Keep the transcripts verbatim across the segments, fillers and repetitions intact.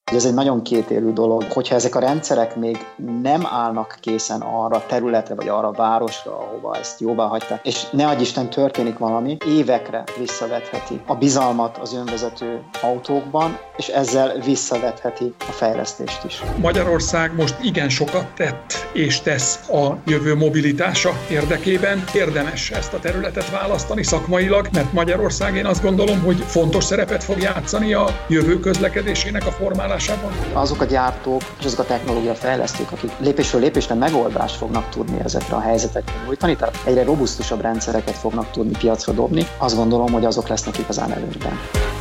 Ez egy nagyon kétélű dolog, hogyha ezek a rendszerek még nem állnak készen arra a területre, vagy arra a városra, ahova ezt jóvá hagyták, és ne adj Isten történik valami, évekre visszavetheti a bizalmat az önvezető autókban, és ezzel visszavetheti a fejlesztést is. Magyarország most igen sokat tett és tesz a jövő mobilitása érdekében. Érdemes ezt a területet választani szakmailag, mert Magyarország, én azt gondolom, hogy fontos szerepet fog játszani a jövő közlekedésének a formálásában. Azok a gyártók és azok a technológia fejlesztők, akik lépésről lépésre megoldást fognak tudni ezekre a helyzetekre nyújtani, tehát egyre robusztusabb rendszereket fognak tudni piacra dobni, azt gondolom, hogy azok lesznek igazán előnyben.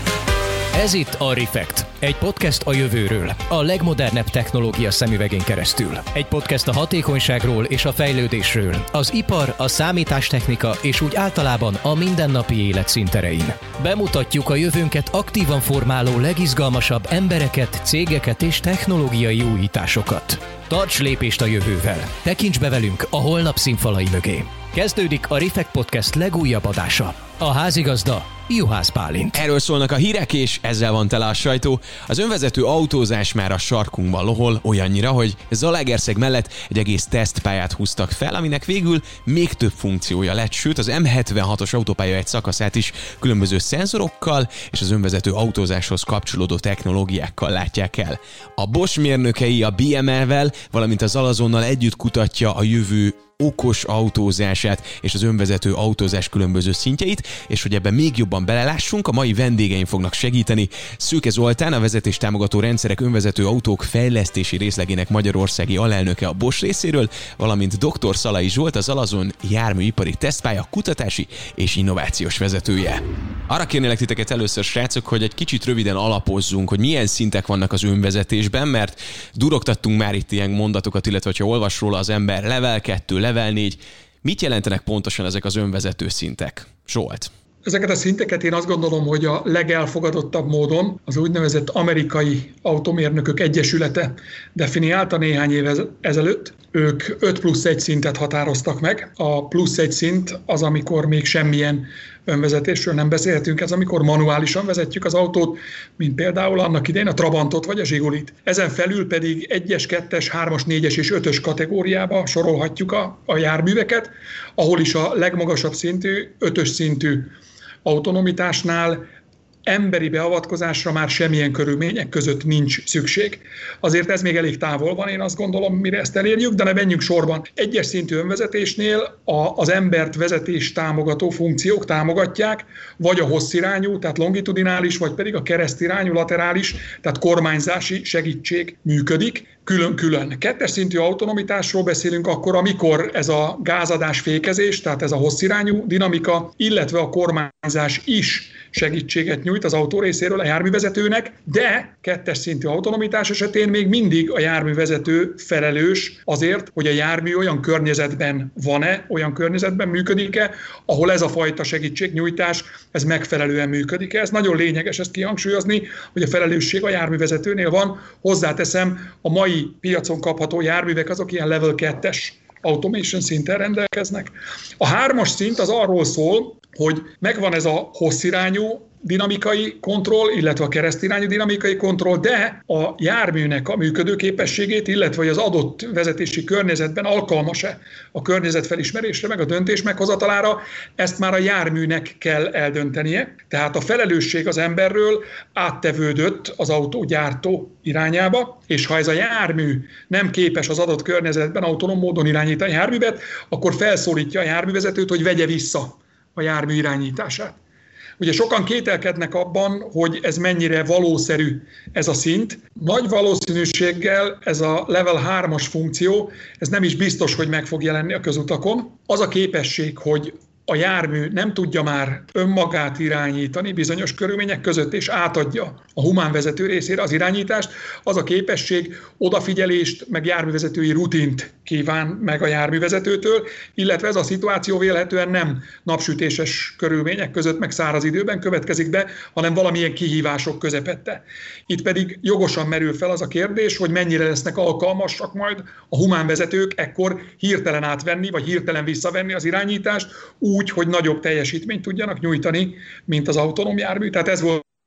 Ez itt a Refekt, egy podcast a jövőről, a legmodernebb technológia szemüvegén keresztül. Egy podcast a hatékonyságról és a fejlődésről, az ipar, a számítástechnika és úgy általában a mindennapi élet színterein. Bemutatjuk a jövőnket aktívan formáló legizgalmasabb embereket, cégeket és technológiai újításokat. Tarts lépést a jövővel! Tekints be velünk a holnap színfalai mögé! Kezdődik a Refekt Podcast legújabb adása. A házigazda Juhász Bálint. Erről szólnak a hírek, és ezzel van tele a sajtó. Az önvezető autózás már a sarkunkban lohol, olyannyira, hogy Zalaegerszeg mellett egy egész tesztpályát húztak fel, aminek végül még több funkciója lett, sőt az em hetvenhatos autópálya egy szakaszát is különböző szenzorokkal és az önvezető autózáshoz kapcsolódó technológiákkal látják el. A Bosch mérnökei a bé em el-vel, valamint a Zalazonnal együtt kutatja a jövő okos autózását és az önvezető autózás különböző szintjeit, és hogy ebben még jobban belelássunk, a mai vendégeim fognak segíteni. Szőke Zoltán, a vezetéstámogató rendszerek önvezető autók fejlesztési részlegének magyarországi alelnöke a Bosch részéről, valamint dr. Szalai Zsolt, az Zalazon járműipari tesztpálya kutatási és innovációs vezetője. Arra kérnélek titeket először, srácok, hogy egy kicsit röviden alapozzunk, hogy milyen szintek vannak az önvezetésben, mert durogtattunk már itt ilyen mondatokat, illetve ha olvas róla az ember level kettő, level négy. Mit jelentenek pontosan ezek az önvezető szintek? Zsolt. Ezeket a szinteket én azt gondolom, hogy a legelfogadottabb módon az úgynevezett Amerikai Automérnökök Egyesülete definiálta néhány év ezelőtt. Ők öt plusz egy szintet határoztak meg. A plusz egy szint az, amikor még semmilyen önvezetésről nem beszélhetünk, ez amikor manuálisan vezetjük az autót, mint például annak idején a Trabantot vagy a Zsigulit. Ezen felül pedig egyes, kettes, hármas, négyes és ötös kategóriába sorolhatjuk a, a járműveket, ahol is a legmagasabb szintű, ötös szintű autonomitásnál emberi beavatkozásra már semmilyen körülmények között nincs szükség. Azért ez még elég távol van, én azt gondolom, mire ezt elérjük, de ne menjünk sorban. Egyes szintű önvezetésnél a, az embert vezetés támogató funkciók támogatják, vagy a hosszirányú, tehát longitudinális, vagy pedig a keresztirányú, laterális, tehát kormányzási segítség működik, külön-külön. Kettes szintű autonomitásról beszélünk akkor, amikor ez a gázadás fékezés, tehát ez a hosszirányú dinamika, illetve a kormányzás is segítséget nyújt az autó részéről a járművezetőnek, de kettes szintű autonomitás esetén még mindig a járművezető felelős azért, hogy a jármű olyan környezetben van-e, olyan környezetben működik-e, ahol ez a fajta segítségnyújtás, ez megfelelően működik-e. Ez nagyon lényeges ezt kihangsúlyozni, hogy a felelősség a járművezetőnél van. Hozzáteszem, a mai piacon kapható járművek azok ilyen level kettes automation szinten rendelkeznek. A hármas szint az arról szól, hogy megvan ez a hosszirányú dinamikai kontroll, illetve a keresztirányú dinamikai kontroll, de a járműnek a működőképességét, illetve hogy az adott vezetési környezetben alkalmas-e a környezetfelismerésre, meg a döntés meghozatalára, ezt már a járműnek kell eldöntenie. Tehát a felelősség az emberről áttevődött az autógyártó irányába, és ha ez a jármű nem képes az adott környezetben autonóm módon irányítani a járművet, akkor felszólítja a járművezetőt, hogy vegye vissza a jármű irányítását. Ugye sokan kételkednek abban, hogy ez mennyire valószerű ez a szint. Nagy valószínűséggel ez a level hármas funkció, ez nem is biztos, hogy meg fog jelenni a közutakon. Az a képesség, hogy a jármű nem tudja már önmagát irányítani bizonyos körülmények között, és átadja a humán vezető részére az irányítást, az a képesség odafigyelést, meg járművezetői rutint kíván meg a járművezetőtől, illetve ez a szituáció vélhetően nem napsütéses körülmények között, meg száraz időben következik be, hanem valamilyen kihívások közepette. Itt pedig jogosan merül fel az a kérdés, hogy mennyire lesznek alkalmasak majd a humán vezetők ekkor hirtelen átvenni, vagy hirtelen visszavenni az irányítást, úgy, hogy nagyobb teljesítményt tudjanak nyújtani, mint az autonóm jármű. Tehát ez volt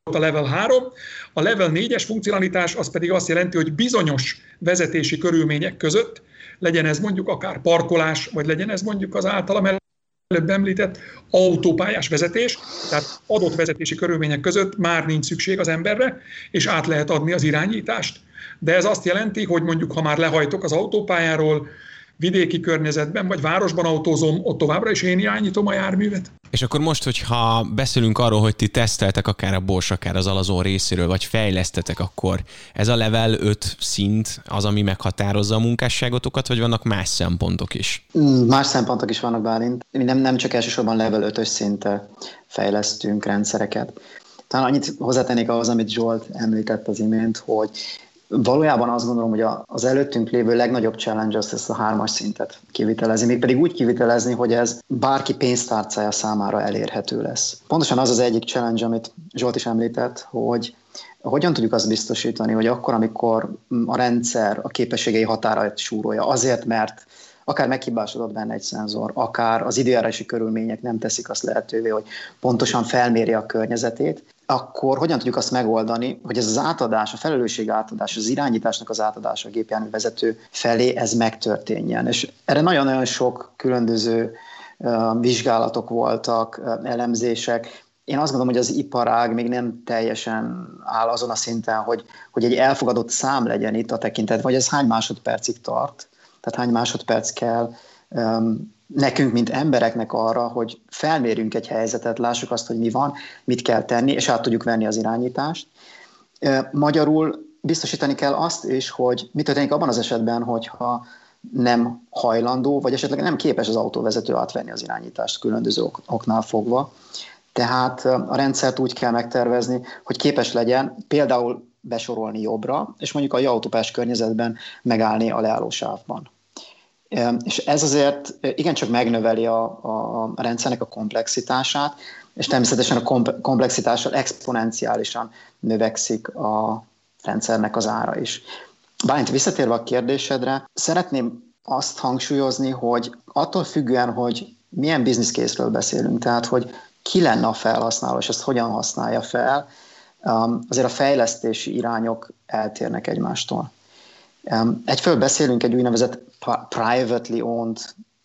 a level három, a level négyes funkcionalitás az pedig azt jelenti, hogy bizonyos vezetési körülmények között, legyen ez mondjuk akár parkolás, vagy legyen ez mondjuk az általam előbb említett autópályás vezetés, tehát adott vezetési körülmények között már nincs szükség az emberre, és át lehet adni az irányítást. De ez azt jelenti, hogy mondjuk ha már lehajtok az autópályáról, vidéki környezetben, vagy városban autózom, ott továbbra is én irányítom a járművet. És akkor most, hogyha beszélünk arról, hogy ti teszteltek akár a Bosch, akár az Alazon részéről, vagy fejlesztetek, akkor ez a level öt szint az, ami meghatározza a munkásságotokat, vagy vannak más szempontok is? Más szempontok is vannak, Bálint. Mi nem, nem csak elsősorban level ötös szinten fejlesztünk rendszereket. Talán annyit hozzátennék ahhoz, amit Zsolt említett az imént, hogy valójában azt gondolom, hogy az előttünk lévő legnagyobb challenge az ezt a hármas szintet kivitelezni, mégpedig úgy kivitelezni, hogy ez bárki pénztárcája számára elérhető lesz. Pontosan az az egyik challenge, amit Zsolt is említett, hogy hogyan tudjuk azt biztosítani, hogy akkor, amikor a rendszer a képességei határait súrolja, azért, mert akár meghibásodott benne egy szenzor, akár az időjárási körülmények nem teszik azt lehetővé, hogy pontosan felméri a környezetét, akkor hogyan tudjuk azt megoldani, hogy ez az átadás, a felelősség átadás, az irányításnak az átadása a gépjárművezető felé ez megtörténjen. És erre nagyon-nagyon sok különböző uh, vizsgálatok voltak, uh, elemzések. Én azt gondolom, hogy az iparág még nem teljesen áll azon a szinten, hogy, hogy egy elfogadott szám legyen itt a tekintetben, hogy ez hány másodpercig tart, tehát hány másodperc kell um, nekünk, mint embereknek arra, hogy felmérjünk egy helyzetet, lássuk azt, hogy mi van, mit kell tenni, és át tudjuk venni az irányítást. Magyarul biztosítani kell azt is, hogy mit történik abban az esetben, hogyha nem hajlandó, vagy esetleg nem képes az autóvezető átvenni az irányítást különböző ok- oknál fogva. Tehát a rendszert úgy kell megtervezni, hogy képes legyen például besorolni jobbra, és mondjuk a autópályás környezetben megállni a leállósávban. És ez azért igencsak megnöveli a, a, a rendszernek a komplexitását, és természetesen a komplexitással exponenciálisan növekszik a rendszernek az ára is. Bálint, visszatérve a kérdésedre, szeretném azt hangsúlyozni, hogy attól függően, hogy milyen business case-ről beszélünk, tehát hogy ki lenne a felhasználó, és ezt hogyan használja fel, azért a fejlesztési irányok eltérnek egymástól. Egyfelől beszélünk egy úgynevezett privately owned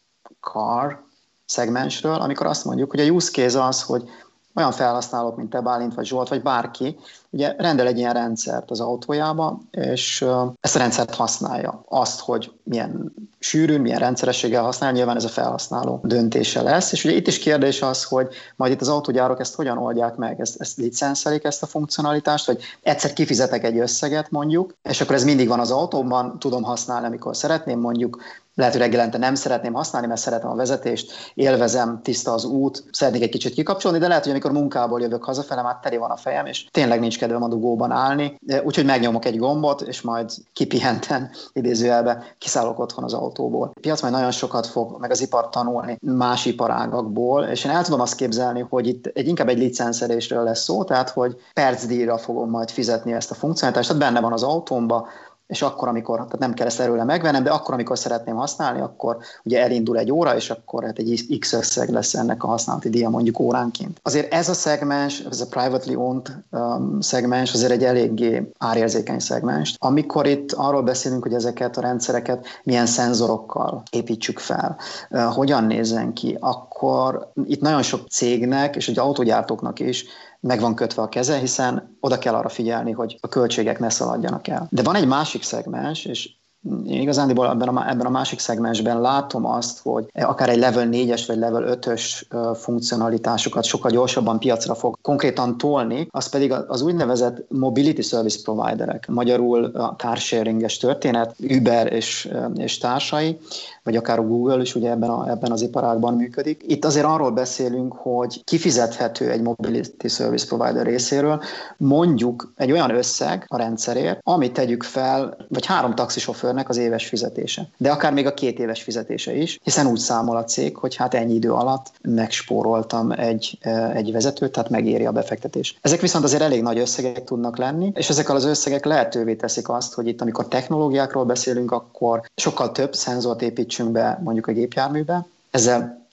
car szegmensről, amikor azt mondjuk, hogy a use case az, hogy olyan felhasználók, mint te, Bálint, vagy Zsolt, vagy bárki, ugye rendel egy ilyen rendszert az autójába, és ezt a rendszert használja. Azt, hogy milyen sűrűn, milyen rendszerességgel használja, nyilván ez a felhasználó döntése lesz. És ugye itt is kérdés az, hogy majd itt az autógyárok ezt hogyan oldják meg, ezt, ezt licenszelik ezt a funkcionalitást, vagy egyszer kifizetek egy összeget mondjuk, és akkor ez mindig van az autóban, tudom használni, amikor szeretném, mondjuk lehet, hogy reggelente nem szeretném használni, mert szeretem a vezetést, élvezem, tiszta az út, szeretnék egy kicsit kikapcsolni, de lehet, hogy amikor munkából jövök hazafele, már teli van a fejem, és tényleg nincs kedvem a dugóban állni, úgyhogy megnyomok egy gombot, és majd kipihenten, idézőjelbe kiszállok otthon az autóból. A piac majd nagyon sokat fog, meg az ipar tanulni más iparágakból, és én el tudom azt képzelni, hogy itt egy, inkább egy licenszelésről lesz szó, tehát hogy percdíjra fogom majd fizetni ezt a funkcionalitást, tehát benne van az autómba, és akkor, amikor, tehát nem kell ezt erőle megvennem, de akkor, amikor szeretném használni, akkor ugye elindul egy óra, és akkor hát egy X összeg lesz ennek a használati díja mondjuk óránként. Azért ez a szegmens, ez a privately owned um, szegmens azért egy eléggé árérzékeny szegmens. Amikor itt arról beszélünk, hogy ezeket a rendszereket milyen szenzorokkal építsük fel, uh, hogyan nézzen ki, akkor itt nagyon sok cégnek, és ugye autógyártóknak is meg van kötve a keze, hiszen oda kell arra figyelni, hogy a költségek ne szaladjanak el. De van egy másik szegmens, és én igazándiból ebben a, ebben a másik szegmensben látom azt, hogy akár egy level négyes vagy level ötös funkcionalitásokat sokkal gyorsabban piacra fog konkrétan tolni, az pedig az úgynevezett mobility service providerek, magyarul a carsharinges történet, Uber és, és társai, vagy akár a Google is ugye ebben, a, ebben az iparágban működik. Itt azért arról beszélünk, hogy kifizethető egy mobility service provider részéről mondjuk egy olyan összeg a rendszerért, amit tegyük fel, vagy három taxisofőrnek az éves fizetése. De akár még a két éves fizetése is, hiszen úgy számol a cég, hogy hát ennyi idő alatt megspóroltam egy, egy vezetőt, tehát megéri a befektetés. Ezek viszont azért elég nagy összegek tudnak lenni, és ezek az összegek lehetővé teszik azt, hogy itt amikor technológiákról beszélünk, akkor sokkal több szenzort építsünk be mondjuk a gépjárműbe, ezzel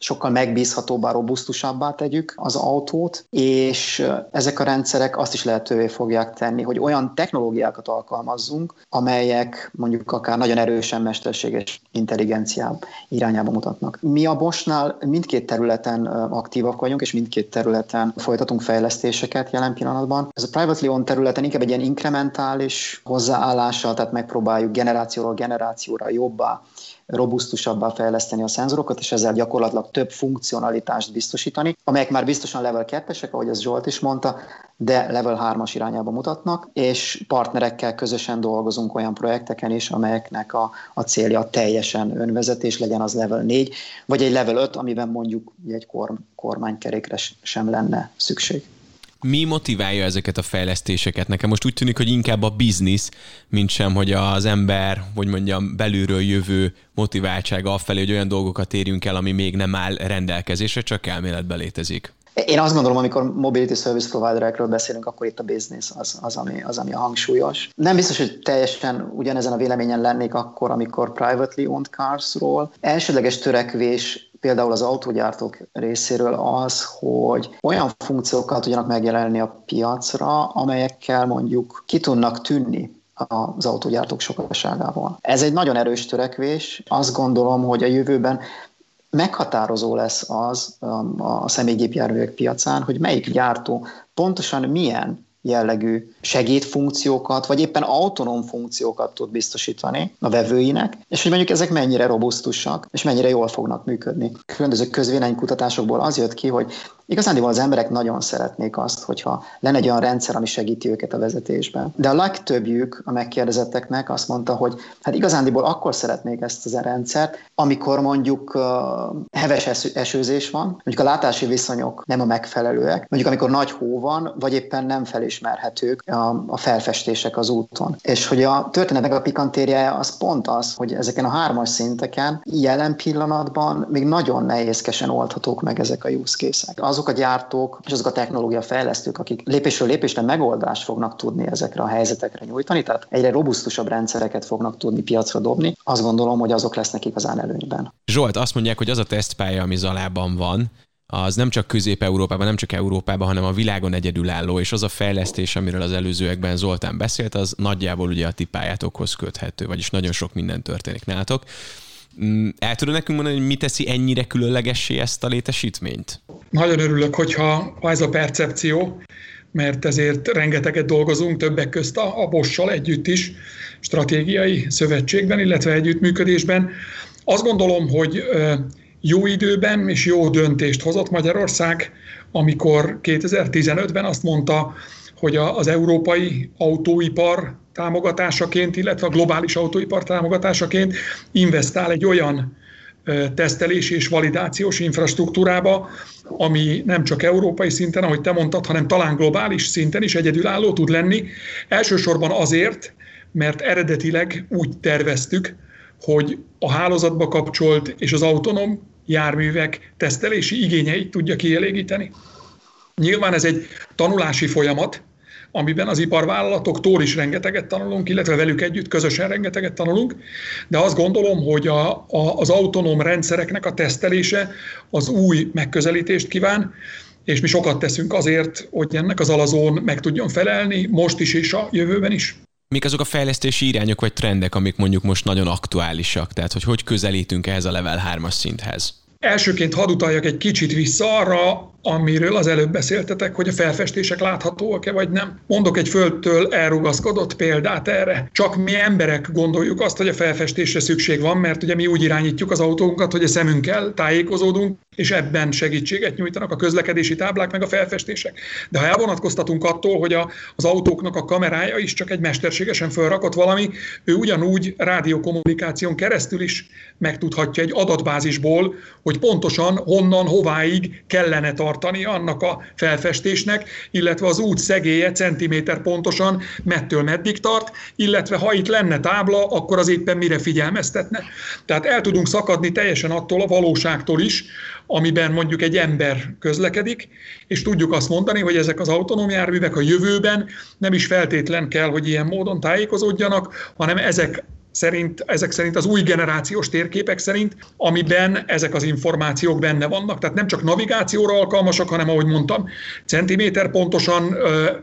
sokkal megbízhatóbbá, robusztusabbá tegyük az autót, és ezek a rendszerek azt is lehetővé fogják tenni, hogy olyan technológiákat alkalmazzunk, amelyek mondjuk akár nagyon erősen mesterséges intelligenciá irányába mutatnak. Mi a Boschnál mindkét területen aktívak vagyunk, és mindkét területen folytatunk fejlesztéseket jelen pillanatban. Ez a privately owned területen inkább egy ilyen inkrementális hozzáállással, tehát megpróbáljuk generációról generációra jobbá, robusztusabbá fejleszteni a szenzorokat, és ezzel gyakorlatilag több funkcionalitást biztosítani, amelyek már biztosan level kettesek, ahogy az Zsolt is mondta, de level hármas irányába mutatnak, és partnerekkel közösen dolgozunk olyan projekteken is, amelyeknek a, a célja teljesen önvezetés, legyen az level négy, vagy egy level öt, amiben mondjuk egy korm, kormánykerékre sem lenne szükség. Mi motiválja ezeket a fejlesztéseket? Nekem most úgy tűnik, hogy inkább a biznisz, mint sem, hogy az ember, hogy mondjam, belülről jövő motiváltsága afelé, hogy olyan dolgokat érjünk el, ami még nem áll rendelkezésre, csak elméletben létezik. Én azt gondolom, amikor mobility service providerekről beszélünk, akkor itt a business az, az, ami, az, ami a hangsúlyos. Nem biztos, hogy teljesen ugyanezen a véleményen lennék akkor, amikor privately owned carsról. Elsődleges törekvés például az autógyártók részéről az, hogy olyan funkciókkal tudjanak megjelenni a piacra, amelyekkel mondjuk ki tudnak tűnni az autógyártók sokaságával. Ez egy nagyon erős törekvés. Azt gondolom, hogy a jövőben meghatározó lesz az a személygépjárművek piacán, hogy melyik gyártó pontosan milyen jellegű segédfunkciókat, vagy éppen autonóm funkciókat tud biztosítani a vevőinek, és hogy mondjuk ezek mennyire robusztusak, és mennyire jól fognak működni. Különböző közvéleménykutatásokból az jött ki, hogy igazándiból az emberek nagyon szeretnék azt, hogyha lenne egy olyan rendszer, ami segíti őket a vezetésben. De a legtöbbjük a megkérdezetteknek azt mondta, hogy hát igazándiból akkor szeretnék ezt az rendszert, amikor mondjuk uh, heves esőzés van, mondjuk a látási viszonyok nem a megfelelőek, mondjuk amikor nagy hó van, vagy éppen nem felismerhetők a, a felfestések az úton. És hogy a történetnek a pikantériája az pont az, hogy ezeken a hármas szinteken jelen pillanatban még nagyon nehézkesen oldhatók meg ezek a use case-ek. Azok a gyártók és azok a technológia fejlesztők, akik lépésről lépésre megoldást fognak tudni ezekre a helyzetekre nyújtani, tehát egyre robusztusabb rendszereket fognak tudni piacra dobni, azt gondolom, hogy azok lesznek igazán előnyben. Zsolt, azt mondják, hogy az a tesztpálya, ami Zalában van, az nem csak Közép-Európában, nem csak Európában, hanem a világon egyedülálló, és az a fejlesztés, amiről az előzőekben Zoltán beszélt, az nagyjából ugye a ti pályátokhoz köthető, vagyis nagyon sok minden történik nálatok. El tudod nekünk mondani, hogy mi teszi ennyire különlegessé ezt a létesítményt? Nagyon örülök, hogyha ez a percepció, mert ezért rengeteget dolgozunk, többek közt a, a Bosch-sal együtt is, stratégiai szövetségben, illetve együttműködésben. Azt gondolom, hogy jó időben és jó döntést hozott Magyarország, amikor kétezer-tizenötben azt mondta, hogy az európai autóipar támogatásaként, illetve a globális autóipar támogatásaként investál egy olyan tesztelési és validációs infrastruktúrába, ami nem csak európai szinten, ahogy te mondtad, hanem talán globális szinten is egyedülálló tud lenni. Elsősorban azért, mert eredetileg úgy terveztük, hogy a hálózatba kapcsolt és az autonóm járművek tesztelési igényeit tudja kielégíteni. Nyilván ez egy tanulási folyamat, amiben az iparvállalatoktól is rengeteget tanulunk, illetve velük együtt közösen rengeteget tanulunk, de azt gondolom, hogy a, a, az autonóm rendszereknek a tesztelése az új megközelítést kíván, és mi sokat teszünk azért, hogy ennek az alazón meg tudjon felelni, most is és a jövőben is. Mik azok a fejlesztési irányok vagy trendek, amik mondjuk most nagyon aktuálisak? Tehát, hogy hogy közelítünk ehhez a level hármas szinthez? Elsőként hadd utaljak egy kicsit vissza arra, amiről az előbb beszéltetek, hogy a felfestések láthatóak-e vagy nem. Mondok egy földtől elrugaszkodott példát erre. Csak mi emberek gondoljuk azt, hogy a felfestésre szükség van, mert ugye mi úgy irányítjuk az autónkat, hogy a szemünkkel tájékozódunk, és ebben segítséget nyújtanak a közlekedési táblák meg a felfestések. De ha elvonatkoztatunk attól, hogy a, az autóknak a kamerája is csak egy mesterségesen felrakott valami, ő ugyanúgy rádiókommunikáción keresztül is megtudhatja egy adatbázisból, hogy pontosan honnan, hováig kellene tartani annak a felfestésnek, illetve az út szegélye centiméter pontosan mettől meddig tart, illetve ha itt lenne tábla, akkor az éppen mire figyelmeztetne. Tehát el tudunk szakadni teljesen attól a valóságtól is, amiben mondjuk egy ember közlekedik, és tudjuk azt mondani, hogy ezek az autonóm járművek a jövőben nem is feltétlen kell, hogy ilyen módon tájékozódjanak, hanem ezek szerint, ezek szerint az új generációs térképek szerint, amiben ezek az információk benne vannak. Tehát nem csak navigációra alkalmasak, hanem ahogy mondtam, centiméter pontosan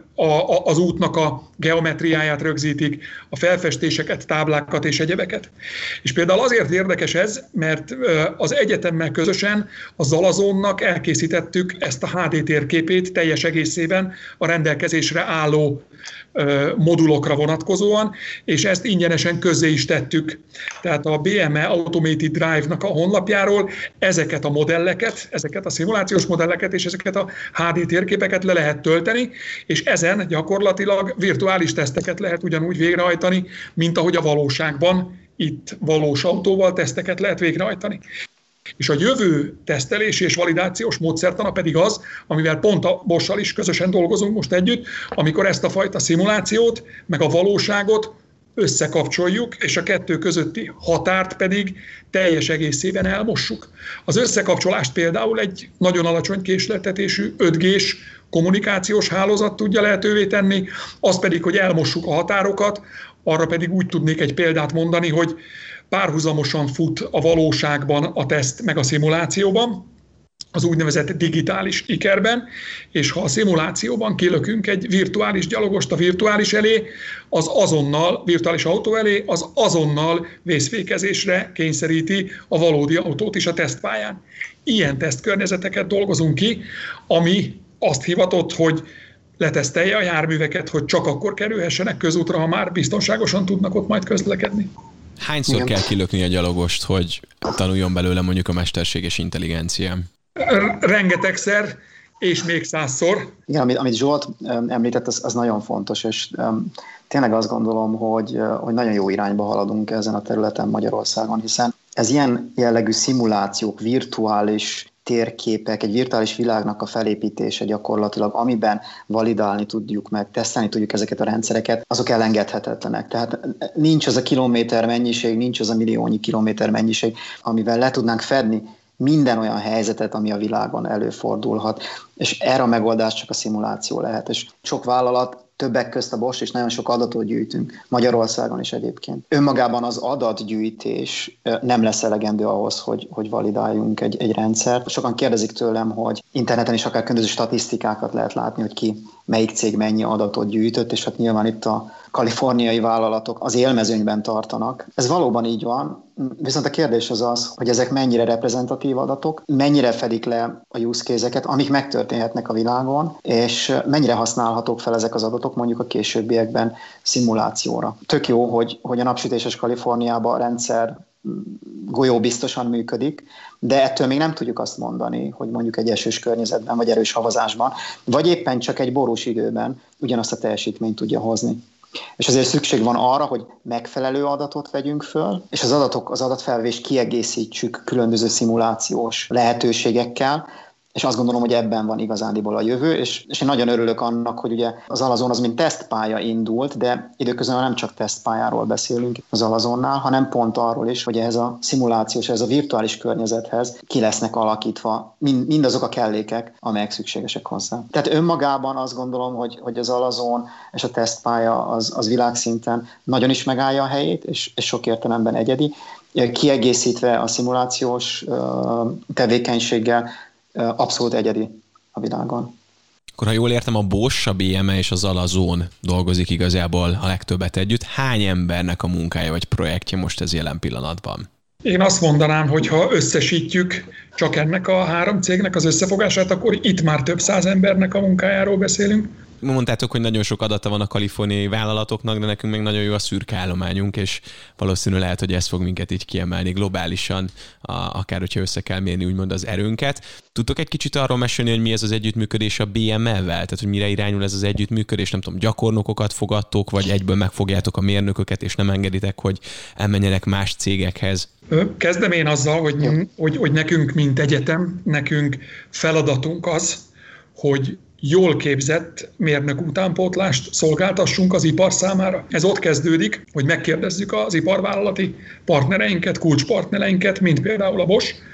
az útnak a geometriáját rögzítik, a felfestéseket, táblákat és egyebeket. És például azért érdekes ez, mert az egyetemmel közösen a Zalazónnak elkészítettük ezt a há dé térképét teljes egészében a rendelkezésre álló modulokra vonatkozóan, és ezt ingyenesen közzé is tettük. Tehát a bé em e Automated Drive-nak a honlapjáról ezeket a modelleket, ezeket a szimulációs modelleket és ezeket a há dé térképeket le lehet tölteni, és ezen gyakorlatilag virtuális teszteket lehet ugyanúgy végrehajtani, mint ahogy a valóságban itt valós autóval teszteket lehet végrehajtani. És a jövő tesztelési és validációs módszertana pedig az, amivel pont a Bosch-sal is közösen dolgozunk most együtt, amikor ezt a fajta szimulációt, meg a valóságot összekapcsoljuk, és a kettő közötti határt pedig teljes egészében elmossuk. Az összekapcsolást például egy nagyon alacsony késleltetésű öt gés kommunikációs hálózat tudja lehetővé tenni, az pedig, hogy elmossuk a határokat, arra pedig úgy tudnék egy példát mondani, hogy párhuzamosan fut a valóságban a teszt meg a szimulációban, az úgynevezett digitális ikerben, és ha a szimulációban kilökünk egy virtuális gyalogost a virtuális elé, az azonnal, virtuális autó elé, az azonnal vészfékezésre kényszeríti a valódi autót is a tesztpályán. Ilyen tesztkörnyezeteket dolgozunk ki, ami azt hivatott, hogy letesztelje a járműveket, hogy csak akkor kerülhessenek közútra, ha már biztonságosan tudnak ott majd közlekedni. Hányszor Igen. kell kilökni a gyalogost, hogy tanuljon belőle mondjuk a mesterséges intelligencia? Rengetegszer, és még százszor. Igen, amit, amit Zsolt említett, az, az nagyon fontos, és um, tényleg azt gondolom, hogy, hogy nagyon jó irányba haladunk ezen a területen Magyarországon, hiszen ez ilyen jellegű szimulációk, virtuális térképek, egy virtuális világnak a felépítése gyakorlatilag, amiben validálni tudjuk meg, tesztelni tudjuk ezeket a rendszereket, azok elengedhetetlenek. Tehát nincs az a kilométer mennyiség, nincs az a milliónyi kilométer mennyiség, amivel le tudnánk fedni minden olyan helyzetet, ami a világon előfordulhat. És erre a megoldás csak a szimuláció lehet. És sok vállalat, többek közt a Bosch, és nagyon sok adatot gyűjtünk, Magyarországon is egyébként. Önmagában az adatgyűjtés nem lesz elegendő ahhoz, hogy, hogy validáljunk egy, egy rendszert. Sokan kérdezik tőlem, hogy interneten is akár különböző statisztikákat lehet látni, hogy ki, melyik cég mennyi adatot gyűjtött, és hát nyilván itt a kaliforniai vállalatok az élmezőnyben tartanak. Ez valóban így van, viszont a kérdés az az, hogy ezek mennyire reprezentatív adatok, mennyire fedik le a use case-eket, amik megtörténhetnek a világon, és mennyire használhatók fel ezek az adatok mondjuk a későbbiekben szimulációra. Tök jó, hogy, hogy a napsütéses Kaliforniában a rendszer golyó biztosan működik, de ettől még nem tudjuk azt mondani, hogy mondjuk egy esős környezetben, vagy erős havazásban, vagy éppen csak egy borús időben ugyanazt a teljesítményt tudja hozni. És azért szükség van arra, hogy megfelelő adatot vegyünk föl, és az adatok, az adatfelvést kiegészítsük különböző szimulációs lehetőségekkel, és azt gondolom, hogy ebben van igazándiból a jövő, és, és én nagyon örülök annak, hogy ugye az Alazon az mint tesztpálya indult, de időközben nem csak tesztpályáról beszélünk az Alazonnál, hanem pont arról is, hogy ehhez a szimulációs, ehhez a virtuális környezethez ki lesznek alakítva mind, mindazok a kellékek, amelyek szükségesek hozzá. Tehát önmagában azt gondolom, hogy, hogy az Alazon és a tesztpálya az, az világszinten nagyon is megállja a helyét, és, és sok értelemben egyedi, kiegészítve a szimulációs uh, tevékenységgel abszolút egyedi a világon. Akkor ha jól értem, a Bosch, a bé em e és az Alazon dolgozik igazából a legtöbbet együtt. Hány embernek a munkája vagy projektje most ez jelen pillanatban? Én azt mondanám, hogy ha összesítjük csak ennek a három cégnek az összefogását, akkor itt már több száz embernek a munkájáról beszélünk. Mondtátok, hogy nagyon sok adata van a kaliforniai vállalatoknak, de nekünk még nagyon jó a szürke állományunk, és valószínű lehet, hogy ez fog minket így kiemelni globálisan, akár hogyha össze kell mérni úgymond az erőnket. Tudtok egy kicsit arról mesélni, hogy mi ez az együttműködés a bé em e-vel? Tehát, hogy mire irányul ez az együttműködés? Nem tudom, gyakornokokat fogadtok, vagy egyből megfogjátok a mérnököket, és nem engeditek, hogy elmenjenek más cégekhez? Kezdem én azzal, hogy, hogy, hogy nekünk, mint egyetem, nekünk feladatunk az, hogy jól képzett mérnök utánpótlást szolgáltassunk az ipar számára. Ez ott kezdődik, hogy megkérdezzük az iparvállalati partnereinket, kulcspartnereinket, mint például a Bosch,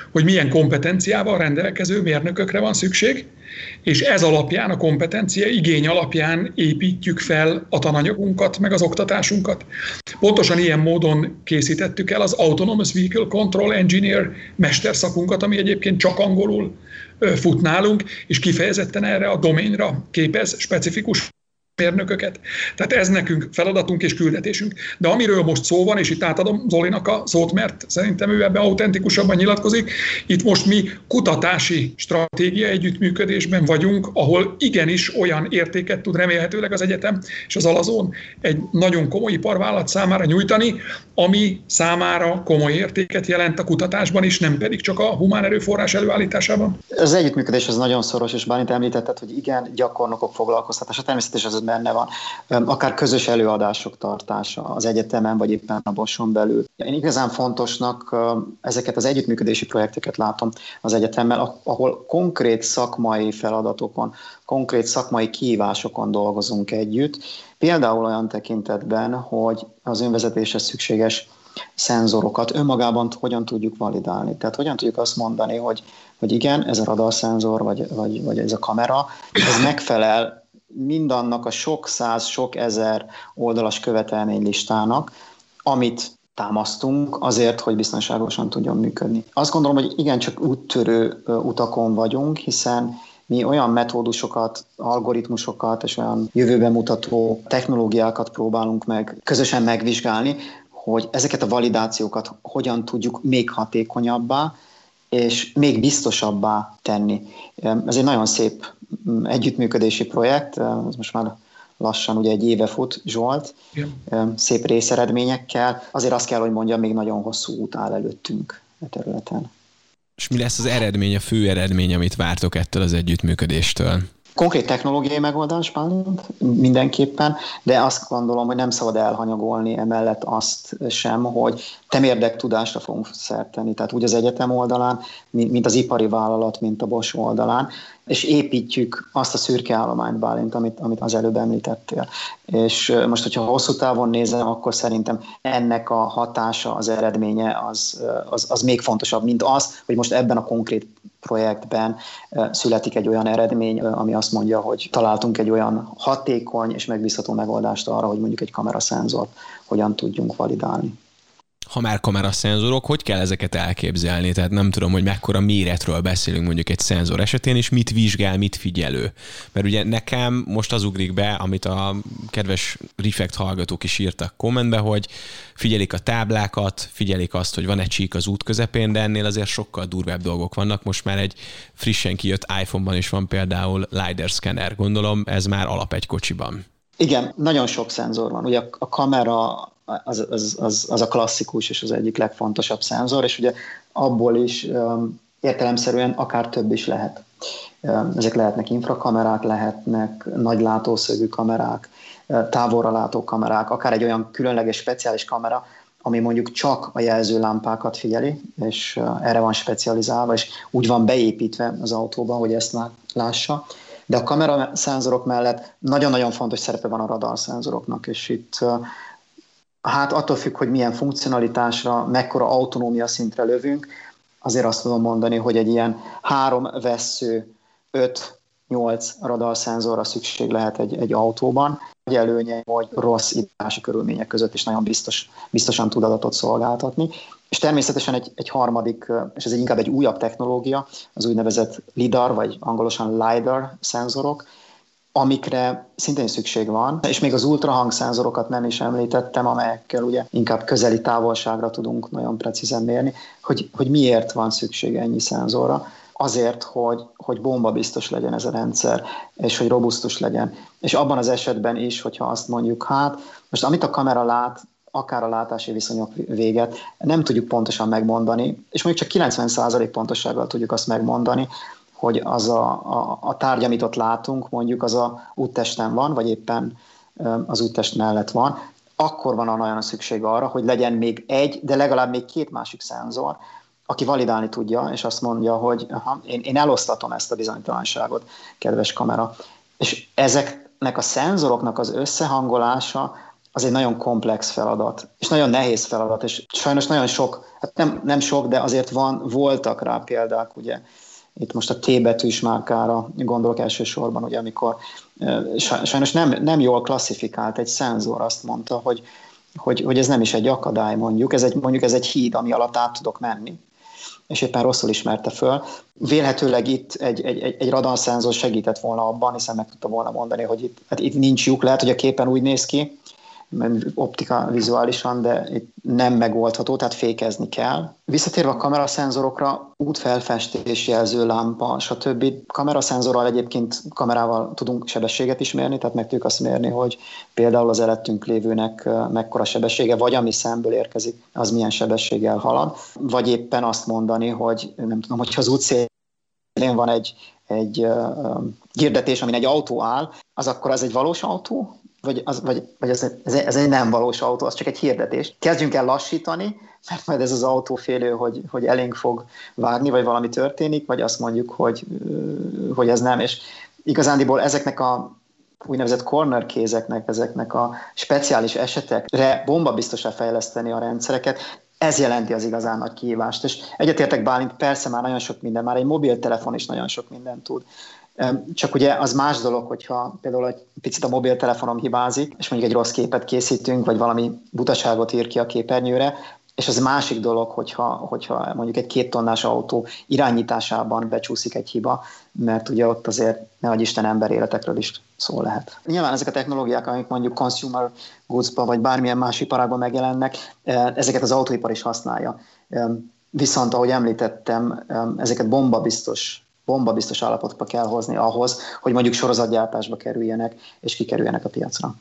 hogy milyen kompetenciával rendelkező mérnökökre van szükség, és ez alapján, a kompetencia igény alapján építjük fel a tananyagunkat, meg az oktatásunkat. Pontosan ilyen módon készítettük el az Autonomous Vehicle Control Engineer mesterszakunkat, ami egyébként csak angolul fut nálunk, és kifejezetten erre a doménra képez specifikus mérnököket. Tehát ez nekünk feladatunk és küldetésünk. De amiről most szó van, és itt átadom Zolinak a szót, mert szerintem ő ebben autentikusabban nyilatkozik, itt most mi kutatási stratégia együttműködésben vagyunk, ahol igenis olyan értéket tud remélhetőleg az egyetem és az Alazón egy nagyon komoly iparvállalat számára nyújtani, ami számára komoly értéket jelent a kutatásban is, nem pedig csak a humán erőforrás előállításában. Az együttműködés az nagyon szoros, és Bálint említetted, hogy igen, gyakornokok foglalkoztatása, természetesen ez benne van, akár közös előadások tartása az egyetemen, vagy éppen a Bosch-on belül. Én igazán fontosnak ezeket az együttműködési projekteket látom az egyetemmel, ahol konkrét szakmai feladatokon, konkrét szakmai kihívásokon dolgozunk együtt. Például olyan tekintetben, hogy az önvezetéshez szükséges szenzorokat önmagában hogyan tudjuk validálni. Tehát hogyan tudjuk azt mondani, hogy, hogy igen, ez a radarszenzor, vagy, vagy, vagy ez a kamera, ez megfelel mindannak a sok száz, sok ezer oldalas követelménylistának, amit támasztunk azért, hogy biztonságosan tudjon működni. Azt gondolom, hogy igencsak úttörő utakon vagyunk, hiszen mi olyan metódusokat, algoritmusokat és olyan jövőben mutató technológiákat próbálunk meg közösen megvizsgálni, hogy ezeket a validációkat hogyan tudjuk még hatékonyabbá és még biztosabbá tenni. Ez egy nagyon szép együttműködési projekt, ez most már lassan ugye egy éve fut, Zsolt, ja. Szép részeredményekkel. Azért azt kell, hogy mondjam, még nagyon hosszú út áll előttünk a területen. És mi lesz az eredmény, a fő eredmény, amit vártok ettől az együttműködéstől? Konkrét technológiai megoldás, Pálint, mindenképpen, de azt gondolom, hogy nem szabad elhanyagolni emellett azt sem, hogy temérdek tudásra fogunk szert tenni, tehát úgy az egyetem oldalán, mint az ipari vállalat, mint a Bosch oldalán, és építjük azt a szürke állományt, Bálint, amit, amit az előbb említettél. És most, hogyha hosszú távon nézem, akkor szerintem ennek a hatása, az eredménye az, az, az még fontosabb, mint az, hogy most ebben a konkrét projektben születik egy olyan eredmény, ami azt mondja, hogy találtunk egy olyan hatékony és megbízható megoldást arra, hogy mondjuk egy kameraszenzort hogyan tudjunk validálni. Ha már kameraszenzorok, hogy kell ezeket elképzelni? Tehát nem tudom, hogy mekkora méretről beszélünk mondjuk egy szenzor esetén, és mit vizsgál, mit figyelő. Mert ugye nekem most az ugrik be, amit a kedves Refekt hallgatók is írtak kommentbe, hogy figyelik a táblákat, figyelik azt, hogy van egy csík az út közepén, de ennél azért sokkal durvább dolgok vannak. Most már egy frissen kijött iPhone-ban is van például LiDAR szkenner. Gondolom, ez már alap egy kocsiban. Igen, nagyon sok szenzor van. Ugye a kamera Az, az, az, az a klasszikus és az egyik legfontosabb szenzor, és ugye abból is um, értelemszerűen akár több is lehet. Um, ezek lehetnek infrakamerák, lehetnek nagy látószögű kamerák, távolra látó kamerák, akár egy olyan különleges, speciális kamera, ami mondjuk csak a jelzőlámpákat figyeli, és uh, erre van specializálva, és úgy van beépítve az autóban, hogy ezt lássa. De a kameraszenzorok mellett nagyon-nagyon fontos szerepe van a radarszenzoroknak, és itt uh, hát attól függ, hogy milyen funkcionalitásra, mekkora autonómia szintre lövünk, azért azt tudom mondani, hogy egy ilyen három vessző, öt-nyolc radarszenzorra szükség lehet egy, egy autóban, hogy előnye, vagy rossz időjárási körülmények között is nagyon biztos, biztosan tud adatot szolgáltatni. És természetesen egy, egy harmadik, és ez inkább egy újabb technológia, az úgynevezett lidar, vagy angolosan LiDAR szenzorok, amikre szintén szükség van, és még az ultrahangszenzorokat nem is említettem, amelyekkel ugye inkább közeli távolságra tudunk nagyon precízen mérni, hogy, hogy miért van szükség ennyi szenzorra. Azért, hogy, hogy bombabiztos legyen ez a rendszer, és hogy robusztus legyen. És abban az esetben is, hogyha azt mondjuk, hát most amit a kamera lát, akár a látási viszonyok véget, nem tudjuk pontosan megmondani, és mondjuk csak kilencven százalék pontossággal tudjuk azt megmondani, hogy az a, a, a tárgy, amit ott látunk, mondjuk az a úttesten van, vagy éppen az úttest mellett van, akkor van olyan a szükség arra, hogy legyen még egy, de legalább még két másik szenzor, aki validálni tudja, és azt mondja, hogy aha, én, én elosztatom ezt a bizonytalanságot, kedves kamera. És ezeknek a szenzoroknak az összehangolása, az egy nagyon komplex feladat, és nagyon nehéz feladat, és sajnos nagyon sok, hát nem, nem sok, de azért van, voltak rá példák, ugye. Itt most a T betűs márkára gondolok elsősorban, ugye, amikor sajnos nem, nem jól klasszifikált egy szenzor, azt mondta, hogy, hogy, hogy ez nem is egy akadály, mondjuk, ez egy, mondjuk ez egy híd, ami alatt át tudok menni, és éppen rosszul ismerte föl. Vélhetőleg itt egy, egy, egy, egy radarszenzor segített volna abban, hiszen meg tudta volna mondani, hogy itt, hát itt nincs lyuk, lehet, hogy a képen úgy néz ki, optika vizuálisan, de itt nem megoldható, tehát fékezni kell. Visszatérve a kameraszenzorokra, útfelfestés, jelzőlámpa, stb. Kameraszenzorral egyébként kamerával tudunk sebességet is mérni, tehát meg tudjuk azt mérni, hogy például az előttünk lévőnek mekkora sebessége, vagy ami szemből érkezik, az milyen sebességgel halad. Vagy éppen azt mondani, hogy nem tudom, hogyha az útszélén van egy, egy uh, hirdetés, amin egy autó áll, az akkor az egy valós autó? Vagy, az, vagy, vagy ez, ez, ez egy nem valós autó, az csak egy hirdetés. Kezdjünk el lassítani, mert majd ez az autó félő, hogy, hogy elénk fog vágni, vagy valami történik, vagy azt mondjuk, hogy, hogy ez nem. És igazándiból ezeknek a úgynevezett corner case-eknek, ezeknek a speciális esetekre bombabiztosra fejleszteni a rendszereket, ez jelenti az igazán nagy kihívást. És egyetértek Bálint, persze már nagyon sok minden, már egy mobiltelefon is nagyon sok mindent tud. Csak ugye az más dolog, hogyha például egy picit a mobiltelefonom hibázik, és mondjuk egy rossz képet készítünk, vagy valami butaságot ír ki a képernyőre, és az másik dolog, hogyha, hogyha mondjuk egy két tonnás autó irányításában becsúszik egy hiba, mert ugye ott azért nehogy Isten emberéletekről is szó lehet. Nyilván ezek a technológiák, amik mondjuk consumer goods-ba, vagy bármilyen más iparágban megjelennek, ezeket az autóipar is használja. Viszont, ahogy említettem, ezeket bombabiztos bombabiztos állapotba kell hozni ahhoz, hogy mondjuk sorozatgyártásba kerüljenek, és kikerüljenek a piacra.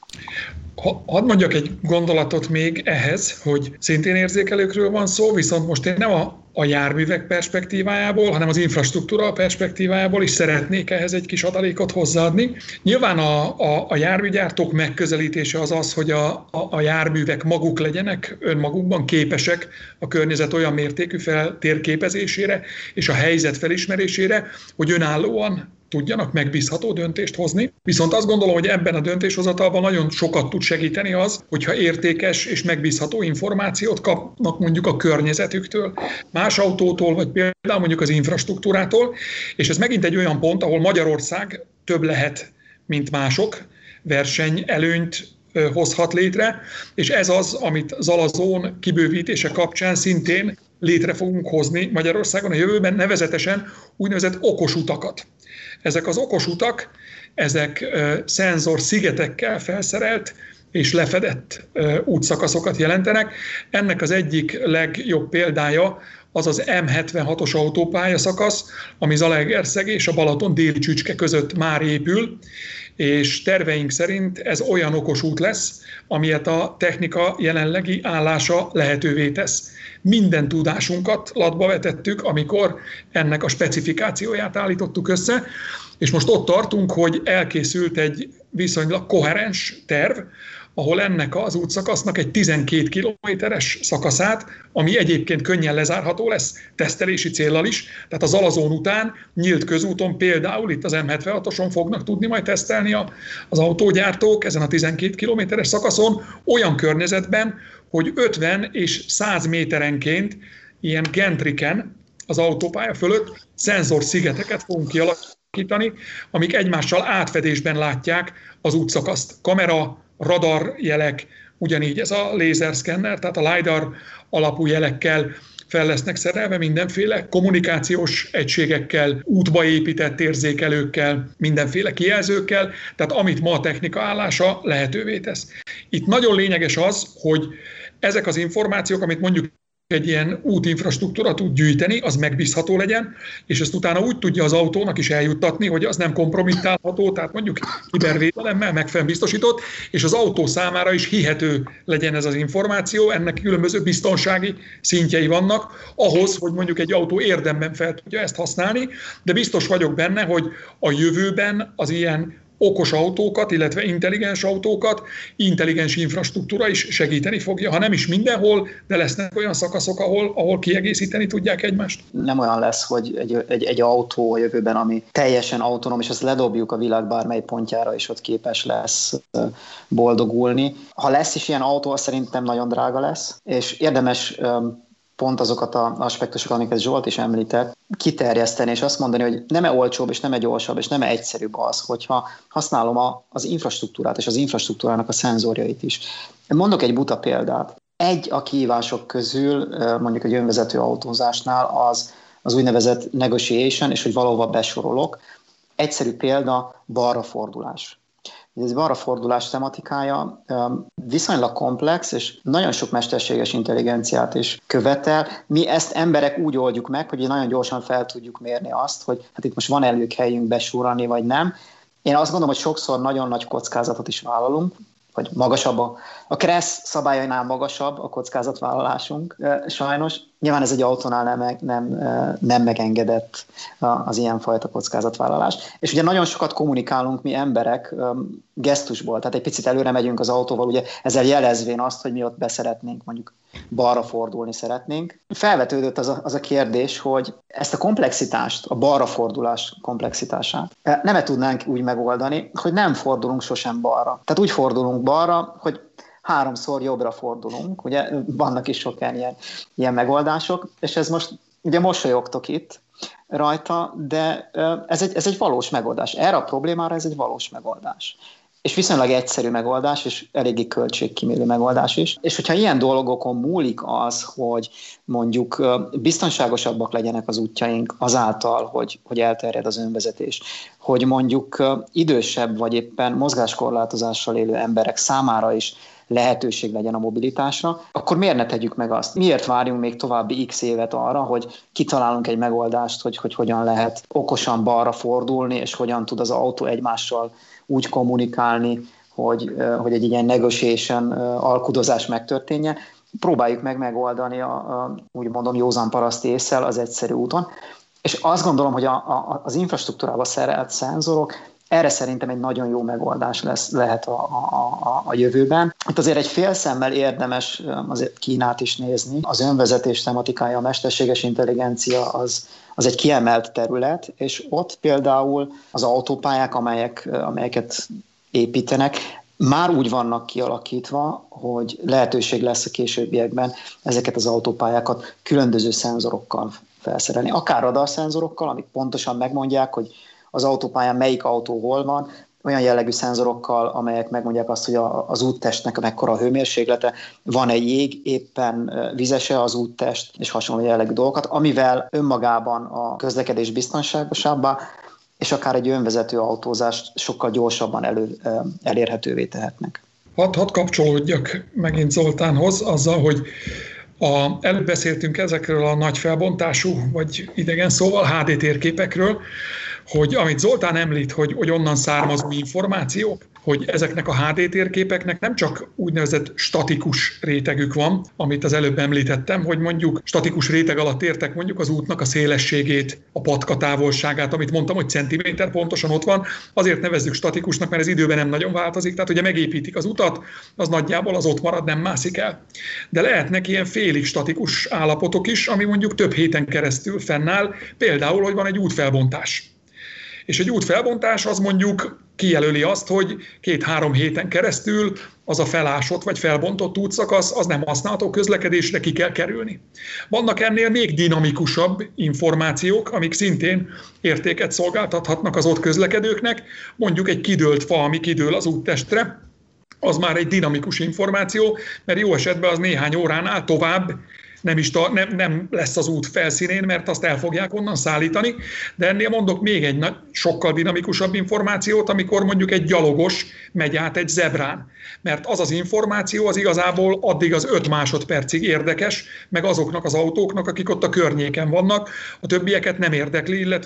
Ha, hadd mondjak egy gondolatot még ehhez, hogy szintén érzékelőkről van szó, viszont most én nem a, a járművek perspektívájából, hanem az infrastruktúra perspektívájából is szeretnék ehhez egy kis adalékot hozzáadni. Nyilván a, a, a járműgyártók megközelítése az az, hogy a, a, a járművek maguk legyenek önmagukban képesek a környezet olyan mértékű feltérképezésére és a helyzet felismerésére, hogy önállóan tudjanak megbízható döntést hozni. Viszont azt gondolom, hogy ebben a döntéshozatalban nagyon sokat tud segíteni az, hogyha értékes és megbízható információt kapnak mondjuk a környezetüktől, más autótól, vagy például mondjuk az infrastruktúrától, és ez megint egy olyan pont, ahol Magyarország több lehet, mint mások, versenyelőnyt hozhat létre, és ez az, amit Zalazón kibővítése kapcsán szintén létre fogunk hozni Magyarországon a jövőben, nevezetesen úgynevezett okos utakat. Ezek az okos utak, ezek szenzor szigetekkel felszerelt és lefedett útszakaszokat jelentenek. Ennek az egyik legjobb példája az az M hetvenhatos autópályaszakasz, ami Zalaegerszeg és a Balaton déli csücske között már épül, és terveink szerint ez olyan okos út lesz, amilyet a technika jelenlegi állása lehetővé tesz. Minden tudásunkat latba vetettük, amikor ennek a specifikációját állítottuk össze, és most ott tartunk, hogy elkészült egy viszonylag koherens terv, ahol ennek az útszakasznak egy tizenkét kilométeres szakaszát, ami egyébként könnyen lezárható lesz tesztelési céllal is, tehát a Zalazón után nyílt közúton például itt az M hetvenhatoson fognak tudni majd tesztelni az autógyártók ezen a tizenkét kilométeres szakaszon olyan környezetben, hogy ötven és száz méterenként ilyen gentriken az autópálya fölött szenzorszigeteket fogunk kialakítani, amik egymással átfedésben látják az útszakaszt. Kamera, radar jelek, ugyanígy ez a lézerszkenner, tehát a LiDAR alapú jelekkel fel lesznek szerelve, mindenféle kommunikációs egységekkel, útba épített érzékelőkkel, mindenféle kijelzőkkel, tehát amit ma a technika állása lehetővé tesz. Itt nagyon lényeges az, hogy ezek az információk, amit mondjuk egy ilyen útinfrastruktúra tud gyűjteni, az megbízható legyen, és ezt utána úgy tudja az autónak is eljuttatni, hogy az nem kompromittálható, tehát mondjuk kibervédelemmel megfelelően biztosított, és az autó számára is hihető legyen ez az információ, ennek különböző biztonsági szintjei vannak, ahhoz, hogy mondjuk egy autó érdemben fel tudja ezt használni, de biztos vagyok benne, hogy a jövőben az ilyen okos autókat, illetve intelligens autókat intelligens infrastruktúra is segíteni fogja. Ha nem is mindenhol, de lesznek olyan szakaszok, ahol, ahol kiegészíteni tudják egymást. Nem olyan lesz, hogy egy, egy, egy autó a jövőben, ami teljesen autonóm, és azt ledobjuk a világ bármely pontjára, és ott képes lesz boldogulni. Ha lesz is ilyen autó, az szerintem nagyon drága lesz, és érdemes pont azokat az aspektusokat, amiket Zsolt is említett, kiterjeszteni, és azt mondani, hogy nem-e olcsóbb, és nem-e gyorsabb, és nem-e egyszerűbb az, hogyha használom a, az infrastruktúrát, és az infrastruktúrának a szenzorjait is. Mondok egy buta példát. Egy a kihívások közül, mondjuk egy önvezető autózásnál az, az úgynevezett negotiation, és hogy valahova besorolok. Egyszerű példa, balrafordulás. Ez egy balrafordulás tematikája viszonylag komplex, és nagyon sok mesterséges intelligenciát is követel. Mi ezt emberek úgy oldjuk meg, hogy nagyon gyorsan fel tudjuk mérni azt, hogy hát itt most van előkhelyünk besúrani, vagy nem. Én azt gondolom, hogy sokszor nagyon nagy kockázatot is vállalunk, vagy magasabb a, a kereszt szabályainál magasabb a kockázatvállalásunk, sajnos. Nyilván ez egy autónál nem, nem, nem megengedett az ilyenfajta kockázatvállalás. És ugye nagyon sokat kommunikálunk mi emberek gesztusból, tehát egy picit előre megyünk az autóval, ugye ezzel jelezvén azt, hogy mi ott beszeretnénk, mondjuk balra fordulni szeretnénk. Felvetődött az a, az a kérdés, hogy ezt a komplexitást, a balra fordulás komplexitását nem tudnánk úgy megoldani, hogy nem fordulunk sosem balra. Tehát úgy fordulunk balra, hogy háromszor jobbra fordulunk, ugye vannak is sok ilyen, ilyen megoldások, és ez most, ugye mosolyogtok itt rajta, de ez egy, ez egy valós megoldás. Erre a problémára ez egy valós megoldás. És viszonylag egyszerű megoldás, és eléggé költségkímélő megoldás is. És hogyha ilyen dolgokon múlik az, hogy mondjuk biztonságosabbak legyenek az útjaink azáltal, hogy, hogy elterjed az önvezetés, hogy mondjuk idősebb vagy éppen mozgáskorlátozással élő emberek számára is lehetőség legyen a mobilitásra, akkor miért ne tegyük meg azt? Miért várjunk még további x évet arra, hogy kitalálunk egy megoldást, hogy, hogy hogyan lehet okosan balra fordulni, és hogyan tud az autó egymással úgy kommunikálni, hogy, hogy egy ilyen negotiation, alkudozás megtörténjen. Próbáljuk meg megoldani, a, a, úgy mondom, józan paraszt ésszel az egyszerű úton. És azt gondolom, hogy a, a, az infrastruktúrába szerelt szenzorok erre szerintem egy nagyon jó megoldás lesz, lehet a, a, a, a jövőben. Itt azért egy fél szemmel érdemes azért Kínát is nézni. Az önvezetés tematikája, a mesterséges intelligencia az, az egy kiemelt terület, és ott például az autópályák, amelyek, amelyeket építenek, már úgy vannak kialakítva, hogy lehetőség lesz a későbbiekben ezeket az autópályákat különböző szenzorokkal felszerelni. Akár radarszenzorokkal, amik pontosan megmondják, hogy az autópályán melyik autó hol van, olyan jellegű szenzorokkal, amelyek megmondják azt, hogy a, az úttestnek mekkora a hőmérséklete, van-e jég, éppen vizese az úttest, és hasonló jellegű dolgokat, amivel önmagában a közlekedés biztonságosabbá, és akár egy önvezető autózást sokkal gyorsabban elő, elérhetővé tehetnek. Hadd had kapcsolódjak megint Zoltánhoz azzal, hogy a, előbb beszéltünk ezekről a nagy felbontású, vagy idegen szóval há dé térképekről, hogy amit Zoltán említ, hogy, hogy onnan származó információk, hogy ezeknek a há dé térképeknek nem csak úgynevezett statikus rétegük van, amit az előbb említettem, hogy mondjuk statikus réteg alatt értek mondjuk az útnak a szélességét, a patka távolságát, amit mondtam, hogy centiméter pontosan ott van, azért nevezzük statikusnak, mert ez időben nem nagyon változik, tehát ugye megépítik az utat, az nagyjából az ott marad, nem mászik el. De lehetnek ilyen félig statikus állapotok is, ami mondjuk több héten keresztül fennáll, például, hogy van egy útfelbontás. És egy útfelbontás az mondjuk kijelöli azt, hogy két-három héten keresztül az a felásott vagy felbontott útszakasz, az nem használható közlekedésre, ki kell kerülni. Vannak ennél még dinamikusabb információk, amik szintén értéket szolgáltathatnak az ott közlekedőknek, mondjuk egy kidőlt fa, ami kidől az úttestre, az már egy dinamikus információ, mert jó esetben az néhány óránál tovább Nem, is ta, nem, nem lesz az út felszínén, mert azt el fogják onnan szállítani, de ennél mondok még egy nagy, sokkal dinamikusabb információt, amikor mondjuk egy gyalogos megy át egy zebrán. Mert az az információ az igazából addig az öt másodpercig érdekes, meg azoknak az autóknak, akik ott a környéken vannak, a többieket nem érdekli, illetve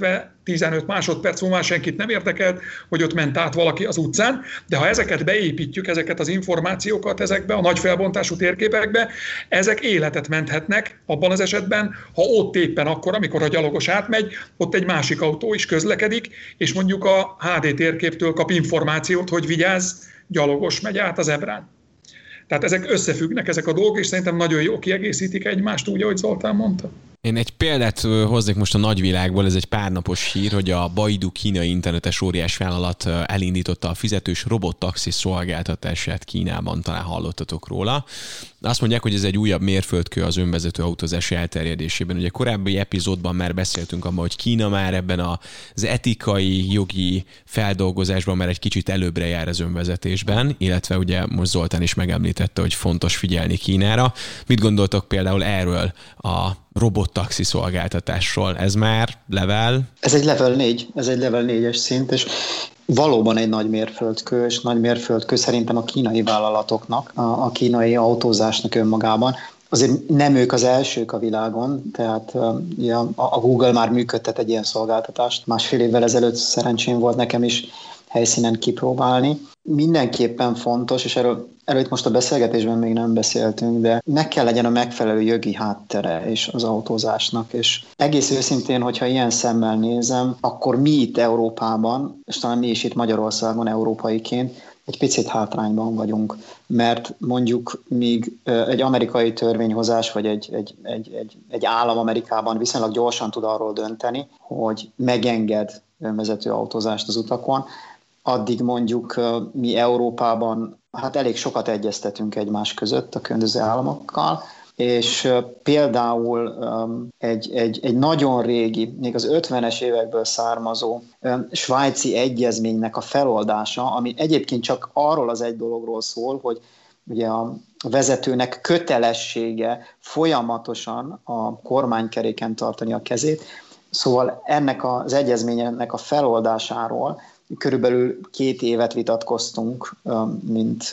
tizenöt másodperc múlva senkit nem érdekelt, hogy ott ment át valaki az utcán, de ha ezeket beépítjük, ezeket az információkat ezekbe a nagy felbontású térképekbe, ezek életet menthetnek abban az esetben, ha ott éppen akkor, amikor a gyalogos átmegy, ott egy másik autó is közlekedik, és mondjuk a há dé térképtől kap információt, hogy vigyázz, gyalogos megy át az ebrán. Tehát ezek összefüggnek, ezek a dolgok, és szerintem nagyon jó kiegészítik egymást, úgy, ahogy Zoltán mondta. Én egy példát hoznék most a nagyvilágból, ez egy párnapos hír, hogy a Baidu kínai internetes óriás vállalat elindította a fizetős robottaxi szolgáltatását Kínában, talán hallottatok róla. Azt mondják, hogy ez egy újabb mérföldkő az önvezető autózás elterjedésében. Ugye korábbi epizódban már beszéltünk abban, hogy Kína már ebben az etikai, jogi feldolgozásban már egy kicsit előbbre jár az önvezetésben, illetve ugye most Zoltán is megemlítette, hogy fontos figyelni Kínára. Mit gondoltok például erről a robottaxi szolgáltatásról? Ez már level? Ez egy level négy, ez egy level négyes szint, és valóban egy nagy mérföldkő, és nagy mérföldkő szerintem a kínai vállalatoknak, a, a kínai autózásnak önmagában. Azért nem ők az elsők a világon, tehát ja, a Google már működtet egy ilyen szolgáltatást. Másfél évvel ezelőtt szerencsém volt nekem is helyszínen kipróbálni. Mindenképpen fontos, és erről, erről itt most a beszélgetésben még nem beszéltünk, de meg kell legyen a megfelelő jogi háttere és az autózásnak, és egész őszintén, hogyha ilyen szemmel nézem, akkor mi itt Európában, és talán mi is itt Magyarországon európaiként egy picit hátrányban vagyunk, mert mondjuk míg egy amerikai törvényhozás, vagy egy, egy, egy, egy, egy állam Amerikában viszonylag gyorsan tud arról dönteni, hogy megenged önvezető autózást az utakon, addig mondjuk mi Európában hát elég sokat egyeztetünk egymás között a különböző államokkal, és például egy, egy, egy nagyon régi, még az ötvenes évekből származó svájci egyezménynek a feloldása, ami egyébként csak arról az egy dologról szól, hogy ugye a vezetőnek kötelessége folyamatosan a kormánykeréken tartani a kezét, szóval ennek az egyezménynek a feloldásáról körülbelül két évet vitatkoztunk, mint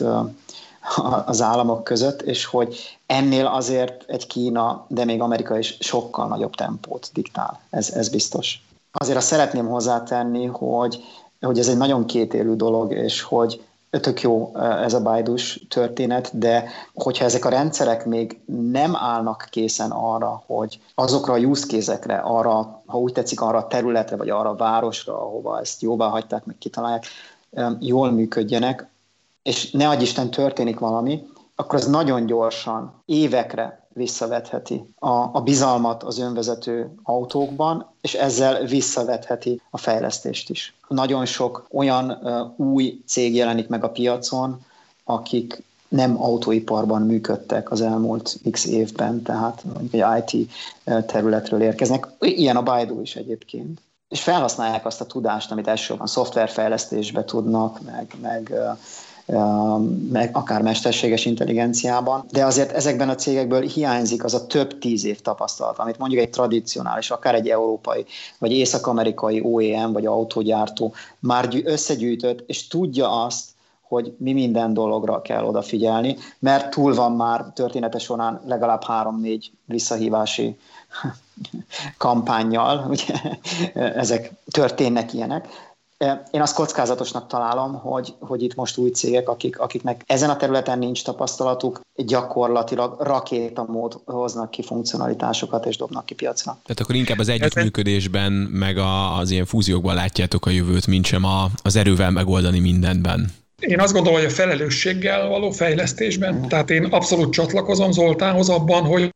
az államok között, és hogy ennél azért egy Kína, de még Amerika is sokkal nagyobb tempót diktál. Ez, ez biztos. Azért azt szeretném hozzátenni, hogy, hogy ez egy nagyon kétélű dolog, és hogy tök jó ez a Baidus történet, de hogyha ezek a rendszerek még nem állnak készen arra, hogy azokra a use case-ekre, arra, ha úgy tetszik, arra a területre, vagy arra a városra, ahova ezt jóvá hagyták, meg kitalálják, jól működjenek, és ne adj Isten történik valami, akkor az nagyon gyorsan, évekre visszavetheti a, a bizalmat az önvezető autókban, és ezzel visszavetheti a fejlesztést is. Nagyon sok olyan uh, új cég jelenik meg a piacon, akik nem autóiparban működtek az elmúlt x évben, tehát mondjuk egy í té területről érkeznek. Ilyen a Baidu is egyébként. És felhasználják azt a tudást, amit elsősorban szoftverfejlesztésbe tudnak, meg, meg uh, meg akár mesterséges intelligenciában, de azért ezekben a cégekből hiányzik az a több tíz év tapasztalat, amit mondjuk egy tradicionális, akár egy európai, vagy észak-amerikai o é em, vagy autógyártó már összegyűjtött, és tudja azt, hogy mi minden dologra kell odafigyelni, mert túl van már története során legalább három-négy visszahívási kampánnyal, ugye ezek történnek ilyenek. Én azt kockázatosnak találom, hogy, hogy itt most új cégek, akik, akiknek ezen a területen nincs tapasztalatuk, gyakorlatilag rakétamód hoznak ki funkcionalitásokat és dobnak ki piacra. Tehát akkor inkább az együttműködésben, meg a, az ilyen fúziókban látjátok a jövőt, mint sem a, az erővel megoldani mindenben. Én azt gondolom, hogy a felelősséggel való fejlesztésben, mm. tehát én abszolút csatlakozom Zoltánhoz abban, hogy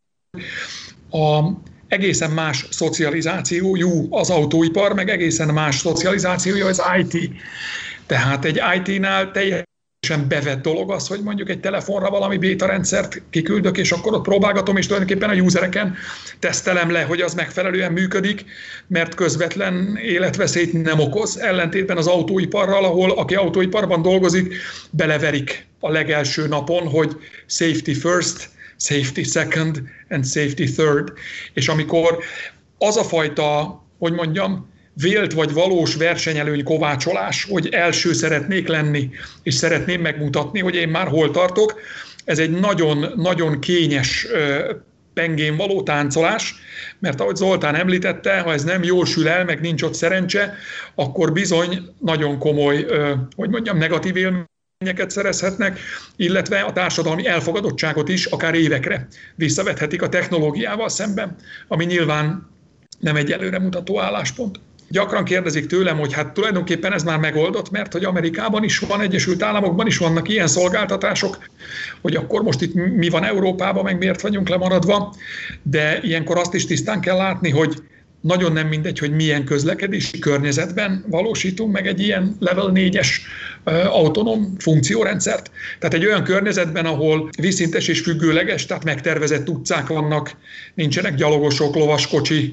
a egészen más szocializációjú az autóipar, meg egészen más szocializációja az í té. Tehát egy í té-nál teljesen bevett dolog az, hogy mondjuk egy telefonra valami béta rendszert kiküldök, és akkor ott próbálgatom, és tulajdonképpen a usereken tesztelem le, hogy az megfelelően működik, mert közvetlen életveszélyt nem okoz. Ellentétben az autóiparral, ahol aki autóiparban dolgozik, beleverik a legelső napon, hogy safety first, safety second and safety third. És amikor az a fajta, hogy mondjam, vélt vagy valós versenyelőny kovácsolás, hogy első szeretnék lenni, és szeretném megmutatni, hogy én már hol tartok, ez egy nagyon, nagyon kényes pengén való táncolás, mert ahogy Zoltán említette, ha ez nem jól sül el, meg nincs ott szerencse, akkor bizony nagyon komoly, hogy mondjam, negatív élményeket szerezhetnek, illetve a társadalmi elfogadottságot is akár évekre visszavethetik a technológiával szemben, ami nyilván nem egy előremutató álláspont. Gyakran kérdezik tőlem, hogy hát tulajdonképpen ez már megoldott, mert hogy Amerikában is van, Egyesült Államokban is vannak ilyen szolgáltatások, hogy akkor most itt mi van Európában, meg miért vagyunk lemaradva, de ilyenkor azt is tisztán kell látni, hogy nagyon nem mindegy, hogy milyen közlekedési környezetben valósítunk meg egy ilyen level négyes autonóm funkciórendszert. Tehát egy olyan környezetben, ahol vízszintes és függőleges, tehát megtervezett utcák vannak, nincsenek gyalogosok, lovaskocsi,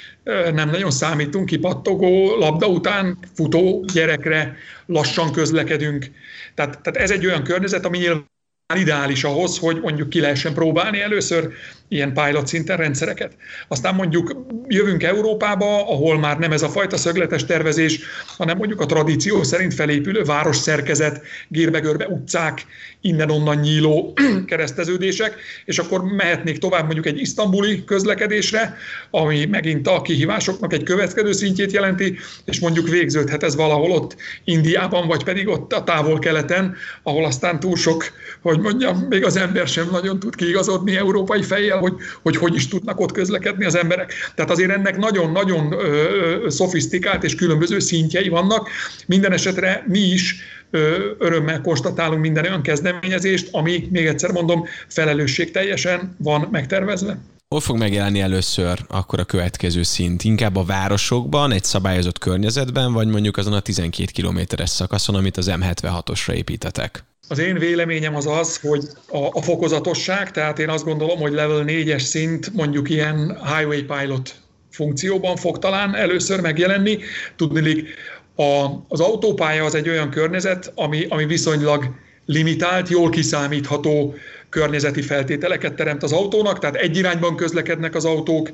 nem nagyon számítunk, kipattogó labda után futó gyerekre, lassan közlekedünk. Tehát, tehát ez egy olyan környezet, ami nyilván ideális ahhoz, hogy mondjuk ki lehessen próbálni először ilyen pilot szinten rendszereket. Aztán mondjuk jövünk Európába, ahol már nem ez a fajta szögletes tervezés, hanem mondjuk a tradíció szerint felépülő városszerkezet, gérbe-görbe utcák, innen-onnan nyíló kereszteződések, és akkor mehetnék tovább mondjuk egy isztambuli közlekedésre, ami megint a kihívásoknak egy következő szintjét jelenti, és mondjuk végződhet ez valahol ott Indiában, vagy pedig ott a távol-keleten, ahol aztán túl sok, hogy mondjam, még az ember sem nagyon tud kiigazodni európai fejjel, hogy, hogy hogy is tudnak ott közlekedni az emberek. Tehát azért ennek nagyon-nagyon szofisztikált és különböző szintjei vannak. Minden esetre mi is ö, örömmel konstatálunk minden olyan kezdeményezést, ami, még egyszer mondom, felelősségteljesen van megtervezve. Hol fog megjelenni először akkor a következő szint? Inkább a városokban, egy szabályozott környezetben, vagy mondjuk azon a tizenkét kilométeres szakaszon, amit az M hetvenhatosra építetek? Az én véleményem az az, hogy a, a fokozatosság, tehát én azt gondolom, hogy level négyes szint mondjuk ilyen highway pilot funkcióban fog talán először megjelenni. Tudniillik, a, az autópálya az egy olyan környezet, ami, ami viszonylag limitált, jól kiszámítható környezeti feltételeket teremt az autónak, tehát egy irányban közlekednek az autók,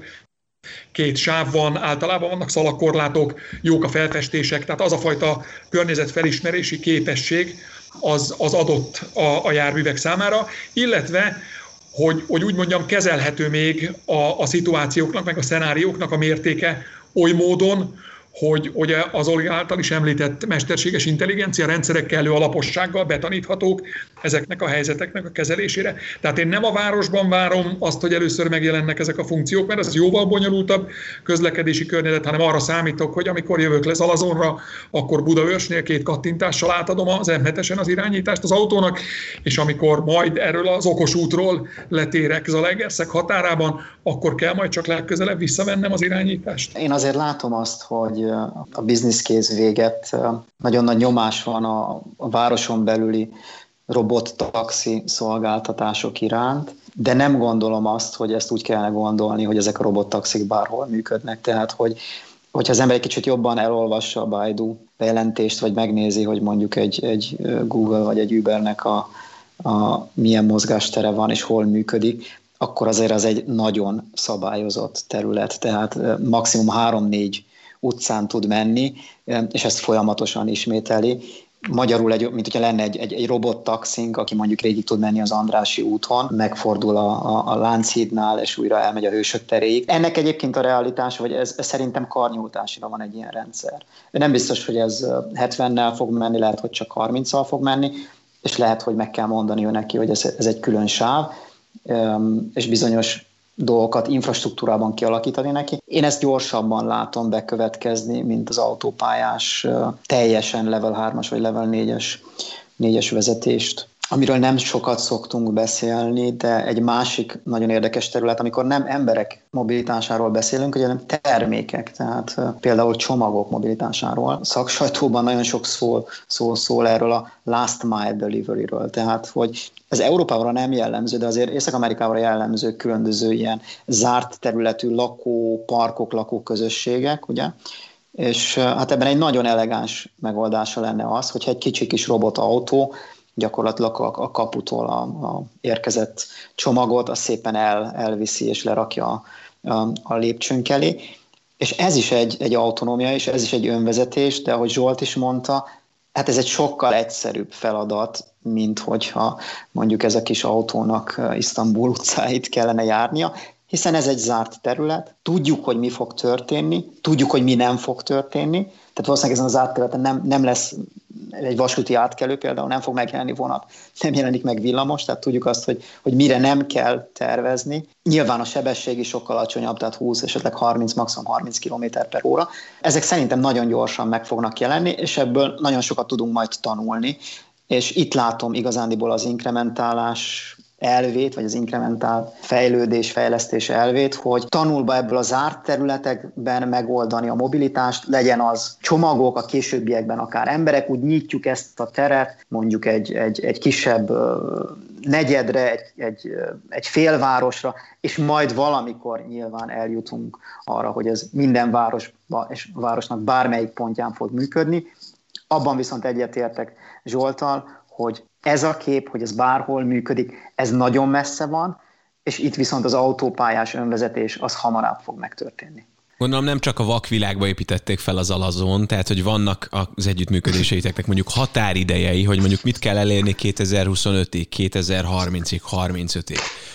két sáv van, általában vannak szalagkorlátok, jók a felfestések, tehát az a fajta környezetfelismerési képesség az, az adott a, a járművek számára, illetve hogy, hogy úgy mondjam, kezelhető még a, a szituációknak, meg a szenárióknak a mértéke oly módon, hogy, hogy az Oli által is említett mesterséges intelligencia rendszerek kellő alapossággal betaníthatók ezeknek a helyzeteknek a kezelésére. Tehát én nem a városban várom azt, hogy először megjelennek ezek a funkciók, mert ez jóval bonyolultabb közlekedési környezet, hanem arra számítok, hogy amikor jövök le Zalazonra, akkor Budaörsnél két kattintással átadom az M hetesen az irányítást az autónak, és amikor majd erről az okos útról letérek Zalaegerszeg határában, akkor kell majd csak legközelebb visszavennem az irányítást. Én azért látom azt, hogy a business case véget, nagyon nagy nyomás van a, a városon belüli robottaxi szolgáltatások iránt, de nem gondolom azt, hogy ezt úgy kellene gondolni, hogy ezek a robottaxik bárhol működnek. Tehát, hogy, hogyha az ember egy kicsit jobban elolvassa a Baidu bejelentést, vagy megnézi, hogy mondjuk egy, egy Google vagy egy Ubernek a, a milyen mozgástere van, és hol működik, akkor azért az egy nagyon szabályozott terület. Tehát maximum három-négy utcán tud menni, és ezt folyamatosan ismételi. Magyarul, egy, mint hogyha lenne egy, egy, egy robottaxink, aki mondjuk végig tud menni az Andrássy úton, megfordul a, a, a Lánchídnál, és újra elmegy a Hősök teréig. Ennek egyébként a realitása, vagy ez, ez szerintem karnyújtásra van egy ilyen rendszer. Nem biztos, hogy ez hetvennel fog menni, lehet, hogy csak harminccal fog menni, és lehet, hogy meg kell mondani ő neki, hogy ez, ez egy külön sáv, és bizonyos dolgokat infrastruktúrában kialakítani neki. Én ezt gyorsabban látom bekövetkezni, mint az autópályás teljesen level hármas vagy level négyes, négyes vezetést. Amiről nem sokat szoktunk beszélni, de egy másik nagyon érdekes terület, amikor nem emberek mobilitásáról beszélünk, hanem termékek, tehát például csomagok mobilitásáról. Szaksajtóban nagyon sok szó, szó szól erről a last mile deliveryről, tehát hogy ez Európára nem jellemző, de azért Észak-Amerikára jellemző különböző ilyen zárt területű lakó, parkok, lakóközösségek, ugye? És hát ebben egy nagyon elegáns megoldása lenne az, hogyha egy kicsi kis robotautó gyakorlatilag a, a kaputól a, a érkezett csomagot, azt szépen el, elviszi és lerakja a, a, a lépcsőnk elé. És ez is egy, egy autonómia, és ez is egy önvezetés, de ahogy Zsolt is mondta, hát ez egy sokkal egyszerűbb feladat, mint hogyha mondjuk ez a kis autónak Isztambul utcáit kellene járnia. hiszen ez egy zárt terület, tudjuk, hogy mi fog történni, tudjuk, hogy mi nem fog történni, tehát valószínűleg ezen a zárt területen nem, nem lesz egy vasúti átkelő például, nem fog megjelenni vonat, nem jelenik meg villamos, tehát tudjuk azt, hogy, hogy mire nem kell tervezni. Nyilván a sebesség is sokkal alacsonyabb, tehát húsz, esetleg harminc, maximum harminc kilométer per óra. Ezek szerintem nagyon gyorsan meg fognak jelenni, és ebből nagyon sokat tudunk majd tanulni, és itt látom igazándiból az inkrementálás elvét, vagy az inkrementál fejlődés, fejlesztés elvét, hogy tanulva ebből a zárt területekben megoldani a mobilitást, legyen az csomagok, a későbbiekben akár emberek, úgy nyitjuk ezt a teret, mondjuk egy, egy, egy kisebb negyedre, egy, egy, egy félvárosra, és majd valamikor nyilván eljutunk arra, hogy ez minden városba és városnak bármelyik pontján fog működni. Abban viszont egyetértek Zsolttal, hogy ez a kép, hogy ez bárhol működik, ez nagyon messze van, és itt viszont az autópályás önvezetés az hamarabb fog megtörténni. Gondolom nem csak a vakvilágba építették fel az Alazon, tehát hogy vannak az együttműködéseiteknek mondjuk határidejei, hogy mondjuk mit kell elérni kétezer-huszonötig, kétezer-harmincig, harmincötig.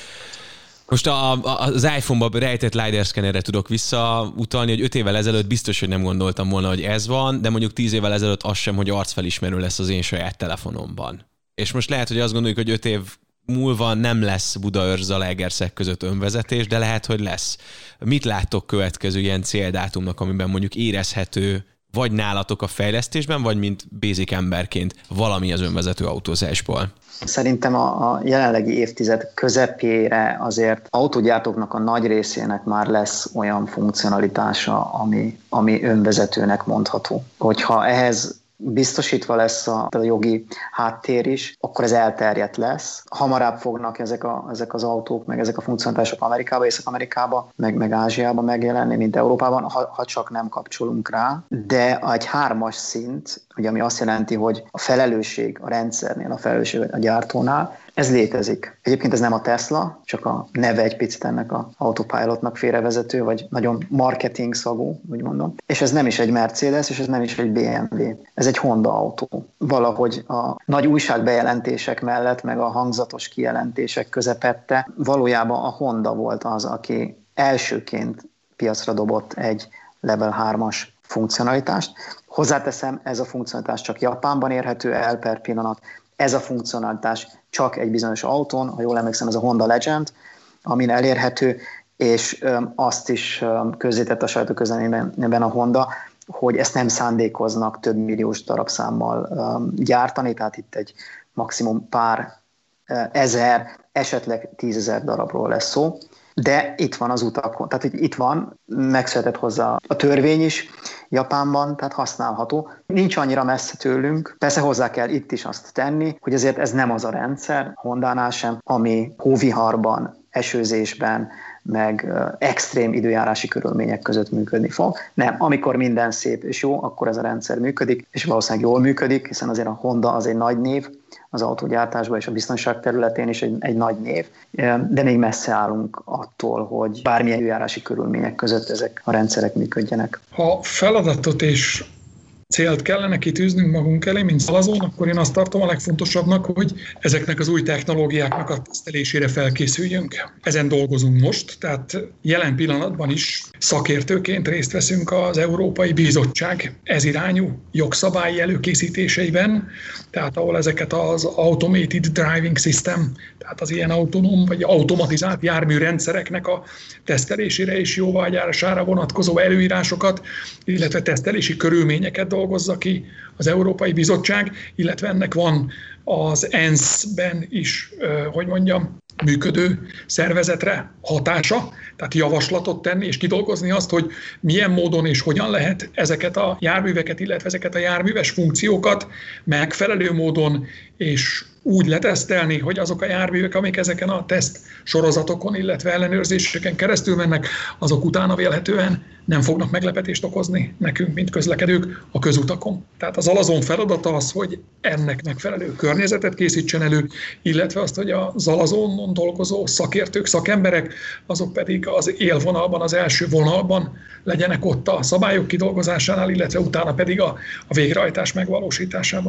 Most a, a, az iPhone-ba rejtett LiDAR szkennerre tudok visszautalni, hogy öt évvel ezelőtt biztos, hogy nem gondoltam volna, hogy ez van, de mondjuk tíz évvel ezelőtt az sem, hogy arcfelismerő lesz az én saját telefonomban. És most lehet, hogy azt gondoljuk, hogy öt év múlva nem lesz Budaörs-Zalaegerszeg között önvezetés, de lehet, hogy lesz. Mit láttok következő ilyen céldátumnak, amiben mondjuk érezhető, vagy nálatok a fejlesztésben, vagy mint basic emberként valami az önvezető autózásból? Szerintem a, a jelenlegi évtized közepére azért autógyártóknak a nagy részének már lesz olyan funkcionalitása, ami, ami önvezetőnek mondható. Hogyha ehhez biztosítva lesz a, a jogi háttér is, akkor ez elterjedt lesz. Hamarabb fognak ezek, a, ezek az autók, meg ezek a funkcionalitások Amerikába, Észak-Amerikába, meg, meg Ázsiába megjelenni, mint Európában, ha, ha csak nem kapcsolunk rá. De egy hármas szint, ugye, ami azt jelenti, hogy a felelősség a rendszernél, a felelősség a gyártónál, ez létezik. Egyébként ez nem a Tesla, csak a neve egy picit ennek az autopilotnak félrevezető, vagy nagyon marketing szagú, úgy mondom. És ez nem is egy Mercedes, és ez nem is egy bé em vé. Ez egy Honda autó. Valahogy a nagy újságbejelentések mellett, meg a hangzatos kijelentések közepette valójában a Honda volt az, aki elsőként piacra dobott egy level hármas funkcionalitást. Hozzáteszem, ez a funkcionalitás csak Japánban érhető el per pillanat. Ez a funkcionalitás csak egy bizonyos autón, ha jól emlékszem, ez a Honda Legend, amin elérhető, és öm, azt is öm, közzétett a sajtóközleményben a Honda, hogy ezt nem szándékoznak több milliós darabszámmal öm, gyártani, tehát itt egy maximum pár öm, ezer, esetleg tízezer darabról lesz szó. De itt van az utakon, tehát itt van, megszületett hozzá a törvény is Japánban, tehát használható. Nincs annyira messze tőlünk, persze hozzá kell itt is azt tenni, hogy azért ez nem az a rendszer, Hondánál sem, ami hóviharban, esőzésben, meg extrém időjárási körülmények között működni fog. Nem, amikor minden szép és jó, akkor ez a rendszer működik, és valószínűleg jól működik, hiszen azért a Honda az egy nagy név, az autógyártásban és a biztonság területén is egy, egy nagy név, de még messze állunk attól, hogy bármilyen időjárási körülmények között ezek a rendszerek működjenek. Ha feladatot és célt kellene kitűznünk magunk elé, mint Alazon, akkor én azt tartom a legfontosabbnak, hogy ezeknek az új technológiáknak a tesztelésére felkészüljünk. Ezen dolgozunk most, tehát jelen pillanatban is szakértőként részt veszünk az Európai Bizottság ezirányú jogszabályi előkészítéseiben, tehát ahol ezeket az Automated Driving System, tehát az ilyen autonóm vagy automatizált járműrendszereknek a tesztelésére és jóváhagyására vonatkozó előírásokat, illetve tesztelési körülményeket dolgozza ki az Európai Bizottság, illetve ennek van az ENSZ-ben is, hogy mondjam, működő szervezetre hatása, tehát javaslatot tenni és kidolgozni azt, hogy milyen módon és hogyan lehet ezeket a járműveket, illetve ezeket a járműves funkciókat megfelelő módon és úgy letesztelni, hogy azok a járművek, amik ezeken a teszt sorozatokon, illetve ellenőrzéseken keresztül mennek, azok utána vélhetően nem fognak meglepetést okozni nekünk, mint közlekedők a közutakon. Tehát az Alazon feladata az, hogy ennek megfelelő környezetet készítsen elő, illetve azt, hogy az Alazonon dolgozó szakértők, szakemberek, azok pedig az élvonalban, az első vonalban legyenek ott a szabályok kidolgozásánál, illetve utána pedig a, a végrehajtás megvalósításában.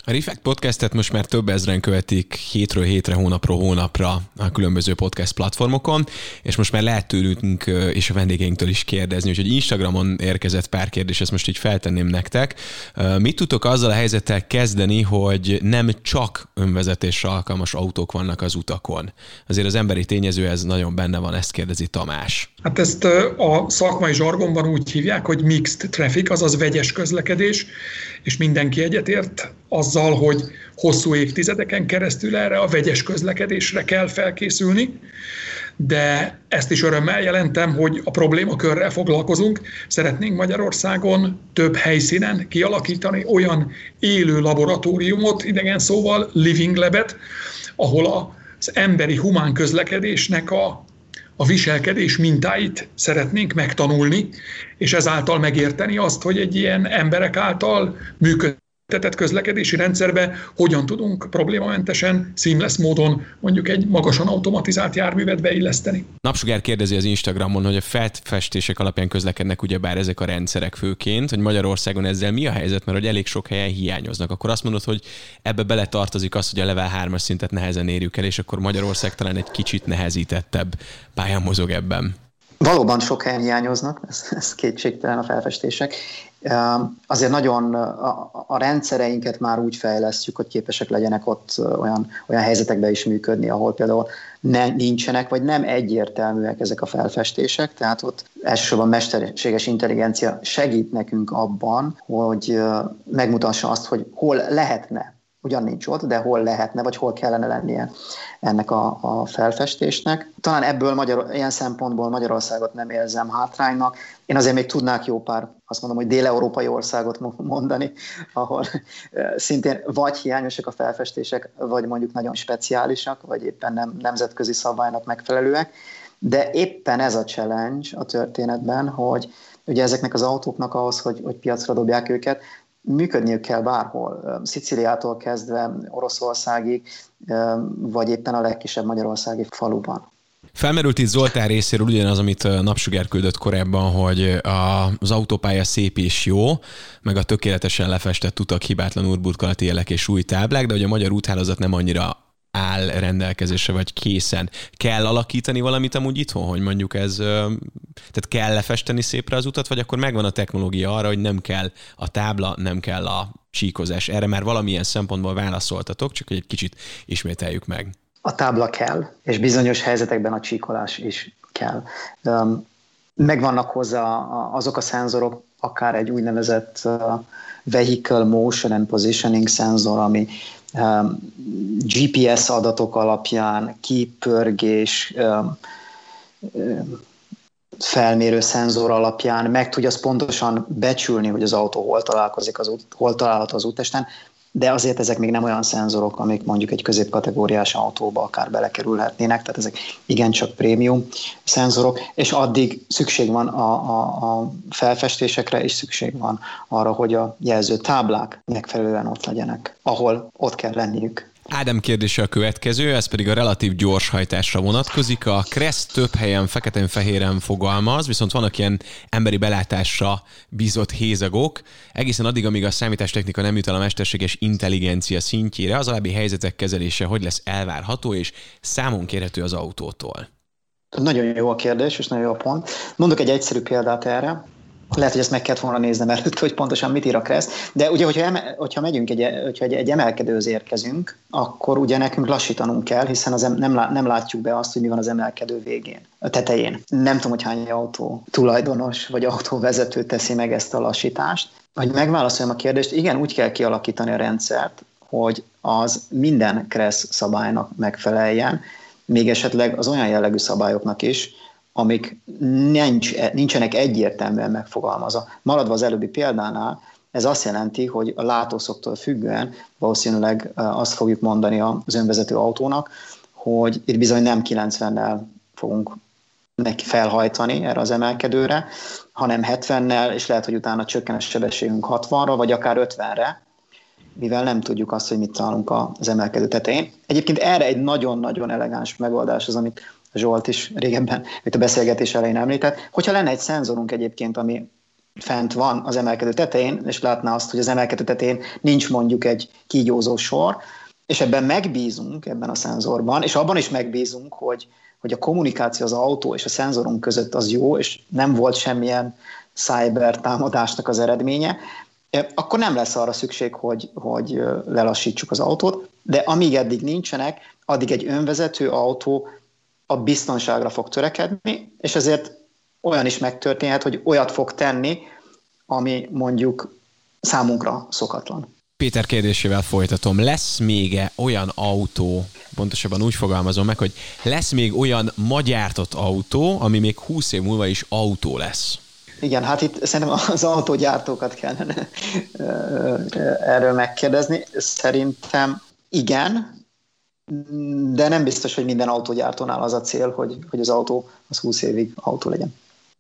A Refekt podcastet most már több ezren követik hétről hétre, hónapról hónapra a különböző podcast platformokon, és most már lehet tőlünk és a vendégeinktől is kérdezni, úgyhogy Instagramon érkezett pár kérdés, ezt most így feltenném nektek. Mit tudtok azzal a helyzettel kezdeni, hogy nem csak önvezetésre alkalmas autók vannak az utakon? Azért az emberi tényező ez nagyon benne van, ezt kérdezi Tamás. Hát ezt a szakmai zsargonban úgy hívják, hogy mixed traffic, azaz vegyes közlekedés, és mindenki egyetért azzal, hogy hosszú évtizedeken keresztül erre a vegyes közlekedésre kell felkészülni, de ezt is örömmel jelentem, hogy a problémakörrel foglalkozunk. Szeretnénk Magyarországon több helyszínen kialakítani olyan élő laboratóriumot, idegen szóval living labet, ahol az emberi humán közlekedésnek a a viselkedés mintáit szeretnénk megtanulni, és ezáltal megérteni azt, hogy egy ilyen emberek által működtetett közlekedési rendszerbe hogyan tudunk problémamentesen, seamless módon mondjuk egy magasan automatizált járművet beilleszteni. Napsugár kérdezi az Instagramon, hogy a felfestések alapján közlekednek ugyebár ezek a rendszerek főként, hogy Magyarországon ezzel mi a helyzet, mert hogy elég sok helyen hiányoznak. Akkor azt mondod, hogy ebbe beletartozik az, hogy a level hármas szintet nehezen érjük el, és akkor Magyarország talán egy kicsit nehezítettebb pályán mozog ebben. Valóban sok helyen hiányoznak, ez, ez kétségtelen a felfestések. Azért nagyon a, a rendszereinket már úgy fejlesztjük, hogy képesek legyenek ott olyan, olyan helyzetekben is működni, ahol például ne, nincsenek, vagy nem egyértelműek ezek a felfestések, tehát ott elsősorban mesterséges intelligencia segít nekünk abban, hogy megmutassa azt, hogy hol lehetne, ugyan nincs ott, de hol lehetne, vagy hol kellene lennie ennek a, a felfestésnek. Talán ebből Magyar, ilyen szempontból Magyarországot nem érzem hátránynak. Én azért még tudnák jó pár, azt mondom, hogy dél-európai országot mondani, ahol szintén vagy hiányosak a felfestések, vagy mondjuk nagyon speciálisak, vagy éppen nem nemzetközi szabálynak megfelelőek. De éppen ez a challenge a történetben, hogy ugye ezeknek az autóknak ahhoz, hogy, hogy piacra dobják őket, működniük kell bárhol, Szicíliától kezdve Oroszországig, vagy éppen a legkisebb magyarországi faluban. Felmerült itt Zoltán részéről ugyanaz, amit Napsugár küldött korábban, hogy az autópálya szép és jó, meg a tökéletesen lefestett utak, hibátlan útburkolati jelek és új táblák, de hogy a magyar úthálózat nem annyira áll rendelkezésre, vagy készen. Kell alakítani valamit amúgy itthon, hogy mondjuk ez, tehát kell lefesteni szépre az utat, vagy akkor megvan a technológia arra, hogy nem kell a tábla, nem kell a csíkozás. Erre már valamilyen szempontból válaszoltatok, csak hogy egy kicsit ismételjük meg. A tábla kell, és bizonyos helyzetekben a csíkolás is kell. Megvannak hozzá azok a szenzorok, akár egy úgynevezett Vehicle Motion and Positioning szenzor, ami gé pé es adatok alapján, kipörgés, felmérő szenzor alapján meg tudja azt pontosan becsülni, hogy az autó hol találkozik, az út, hol található az úttesten, de azért ezek még nem olyan szenzorok, amik mondjuk egy középkategóriás autóba akár belekerülhetnének, tehát ezek igencsak prémium szenzorok, és addig szükség van a, a, a felfestésekre, és szükség van arra, hogy a jelző táblák megfelelően ott legyenek, ahol ott kell lenniük. Ádám kérdése a következő, ez pedig a relatív gyorshajtásra vonatkozik. A Kressz több helyen feketén-fehéren fogalmaz, viszont vannak ilyen emberi belátásra bízott hézagok. Egészen addig, amíg a számítástechnika nem jut el a mesterséges intelligencia szintjére, az alábbi helyzetek kezelése hogy lesz elvárható és számon kérhető az autótól? Nagyon jó a kérdés, és nagyon jó a pont. Mondok egy egyszerű példát erre. Lehet, hogy ezt meg kellett volna néznem előtt, hogy pontosan mit ír a Kressz. De ugye, hogyha, eme, hogyha megyünk, egy, hogyha egy, egy emelkedőhöz érkezünk, akkor ugye nekünk lassítanunk kell, hiszen az em, nem, lá, nem látjuk be azt, hogy mi van az emelkedő végén, a tetején. Nem tudom, hogy hány autó tulajdonos vagy autóvezető teszi meg ezt a lassítást. Hogy megválaszoljam a kérdést, igen, úgy kell kialakítani a rendszert, hogy az minden Kressz szabálynak megfeleljen, még esetleg az olyan jellegű szabályoknak is, amik nincs, nincsenek egyértelműen megfogalmazva. Maradva az előbbi példánál, ez azt jelenti, hogy a látószoktól függően valószínűleg azt fogjuk mondani az önvezető autónak, hogy itt bizony nem kilencvennel fogunk neki felhajtani erre az emelkedőre, hanem hetvennel, és lehet, hogy utána csökken a sebességünk hatvanra, vagy akár ötvenre, mivel nem tudjuk azt, hogy mit találunk az emelkedő tetején. Egyébként erre egy nagyon-nagyon elegáns megoldás az, amit Zsolt is régebben, mint a beszélgetés elején említett, hogyha lenne egy szenzorunk egyébként, ami fent van az emelkedő tetején, és látná azt, hogy az emelkedő tetején nincs mondjuk egy kígyózó sor, és ebben megbízunk, ebben a szenzorban, és abban is megbízunk, hogy, hogy a kommunikáció az autó és a szenzorunk között az jó, és nem volt semmilyen cyber támadásnak az eredménye, akkor nem lesz arra szükség, hogy, hogy lelassítsuk az autót, de amíg eddig nincsenek, addig egy önvezető autó a biztonságra fog törekedni, és ezért olyan is megtörténhet, hogy olyat fog tenni, ami mondjuk számunkra szokatlan. Péter kérdésével folytatom. Lesz még olyan autó, pontosabban úgy fogalmazom meg, hogy lesz még olyan ma gyártott autó, ami még húsz év múlva is autó lesz? Igen, hát itt szerintem az autógyártókat kellene erről megkérdezni. Szerintem igen, de nem biztos, hogy minden autógyártónál az a cél, hogy, hogy az autó az húsz évig autó legyen.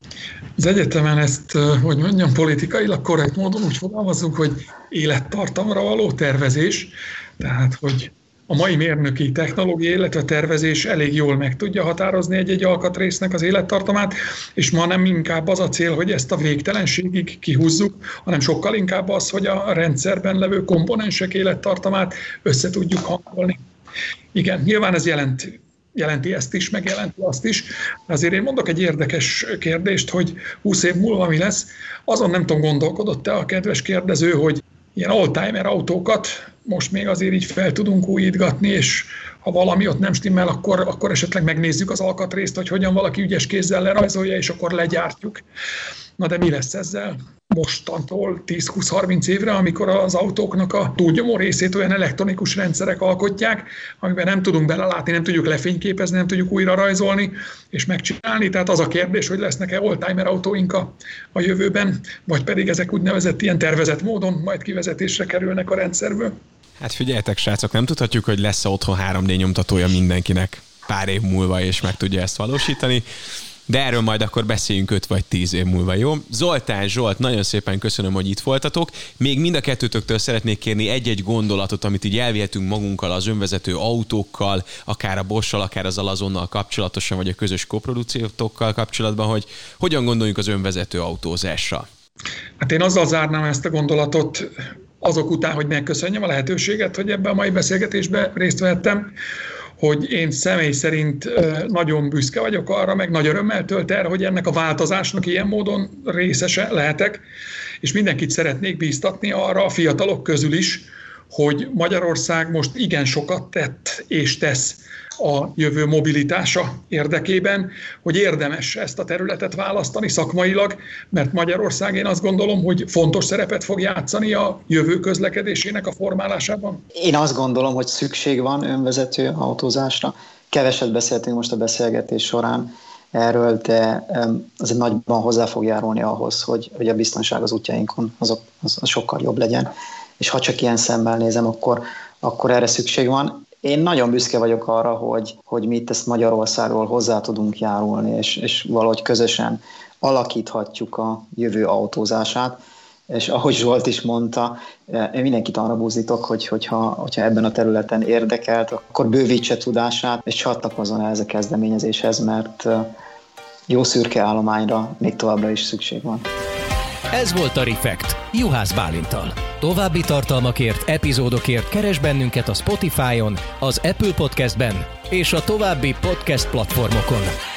Az egyetemen ezt, hogy mondjam, politikailag korrekt módon úgy fogalmazunk, hogy élettartamra való tervezés, tehát hogy a mai mérnöki technológia, illetve tervezés elég jól meg tudja határozni egy-egy alkatrésznek az élettartamát, és ma nem inkább az a cél, hogy ezt a végtelenségig kihúzzuk, hanem sokkal inkább az, hogy a rendszerben levő komponensek élettartamát össze tudjuk hangolni. Igen, nyilván ez jelent, jelenti ezt is, meg jelenti azt is. Azért én mondok egy érdekes kérdést, hogy húsz év múlva mi lesz. Azon nem tudom, gondolkodott-e a kedves kérdező, hogy ilyen oldtimer autókat most még azért így fel tudunk újítgatni, és ha valami ott nem stimmel, akkor, akkor esetleg megnézzük az alkatrészt, hogy hogyan valaki ügyes kézzel lerajzolja, és akkor legyártjuk. Na de mi lesz ezzel mostantól tíz-húsz-harminc évre, amikor az autóknak a túlnyomó részét olyan elektronikus rendszerek alkotják, amiben nem tudunk belelátni, nem tudjuk lefényképezni, nem tudjuk újra rajzolni és megcsinálni. Tehát az a kérdés, hogy lesznek-e oldtimer autóink a, a jövőben, vagy pedig ezek úgynevezett ilyen tervezett módon majd kivezetésre kerülnek a rendszerből. Hát figyeljetek, srácok, nem tudhatjuk, hogy lesz-e otthon három dé nyomtatója mindenkinek pár év múlva, és meg tudja ezt valósítani. De erről majd akkor beszéljünk öt vagy tíz év múlva, jó? Zoltán, Zsolt, nagyon szépen köszönöm, hogy itt voltatok. Még mind a kettőtöktől szeretnék kérni egy-egy gondolatot, amit így elvihetünk magunkkal az önvezető autókkal, akár a Bosch-sal, akár az Alazonnal kapcsolatosan, vagy a közös koprodukciókkal kapcsolatban, hogy hogyan gondoljunk az önvezető autózásra. Hát én azzal zárnám ezt a gondolatot, azok után, hogy megköszönjem a lehetőséget, hogy ebben a mai beszélgetésben részt vettem, hogy én személy szerint nagyon büszke vagyok arra, meg nagy örömmel tölt el, hogy ennek a változásnak ilyen módon részese lehetek, és mindenkit szeretnék bíztatni arra a fiatalok közül is, hogy Magyarország most igen sokat tett és tesz a jövő mobilitása érdekében, hogy érdemes ezt a területet választani szakmailag, mert Magyarország, én azt gondolom, hogy fontos szerepet fog játszani a jövő közlekedésének a formálásában. Én azt gondolom, hogy szükség van önvezető autózásra. Keveset beszéltünk most a beszélgetés során erről, de azért nagyban hozzá fog járulni ahhoz, hogy, hogy a biztonság az útjainkon az, az, az sokkal jobb legyen. És ha csak ilyen szemmel nézem, akkor, akkor erre szükség van. Én nagyon büszke vagyok arra, hogy, hogy mi itt ezt Magyarországról hozzá tudunk járulni, és, és valahogy közösen alakíthatjuk a jövő autózását. És ahogy Zsolt is mondta, én mindenkit arra buzdítok, hogy hogyha, hogyha ebben a területen érdekelt, akkor bővítse tudását, és csatlakozzon ehhez a kezdeményezéshez, mert jó szürke állományra még továbbra is szükség van. Ez volt a Refekt Juhász Bálinttal. További tartalmakért, epizódokért keresd bennünket a Spotify-on, az Apple Podcastben és a további podcast platformokon.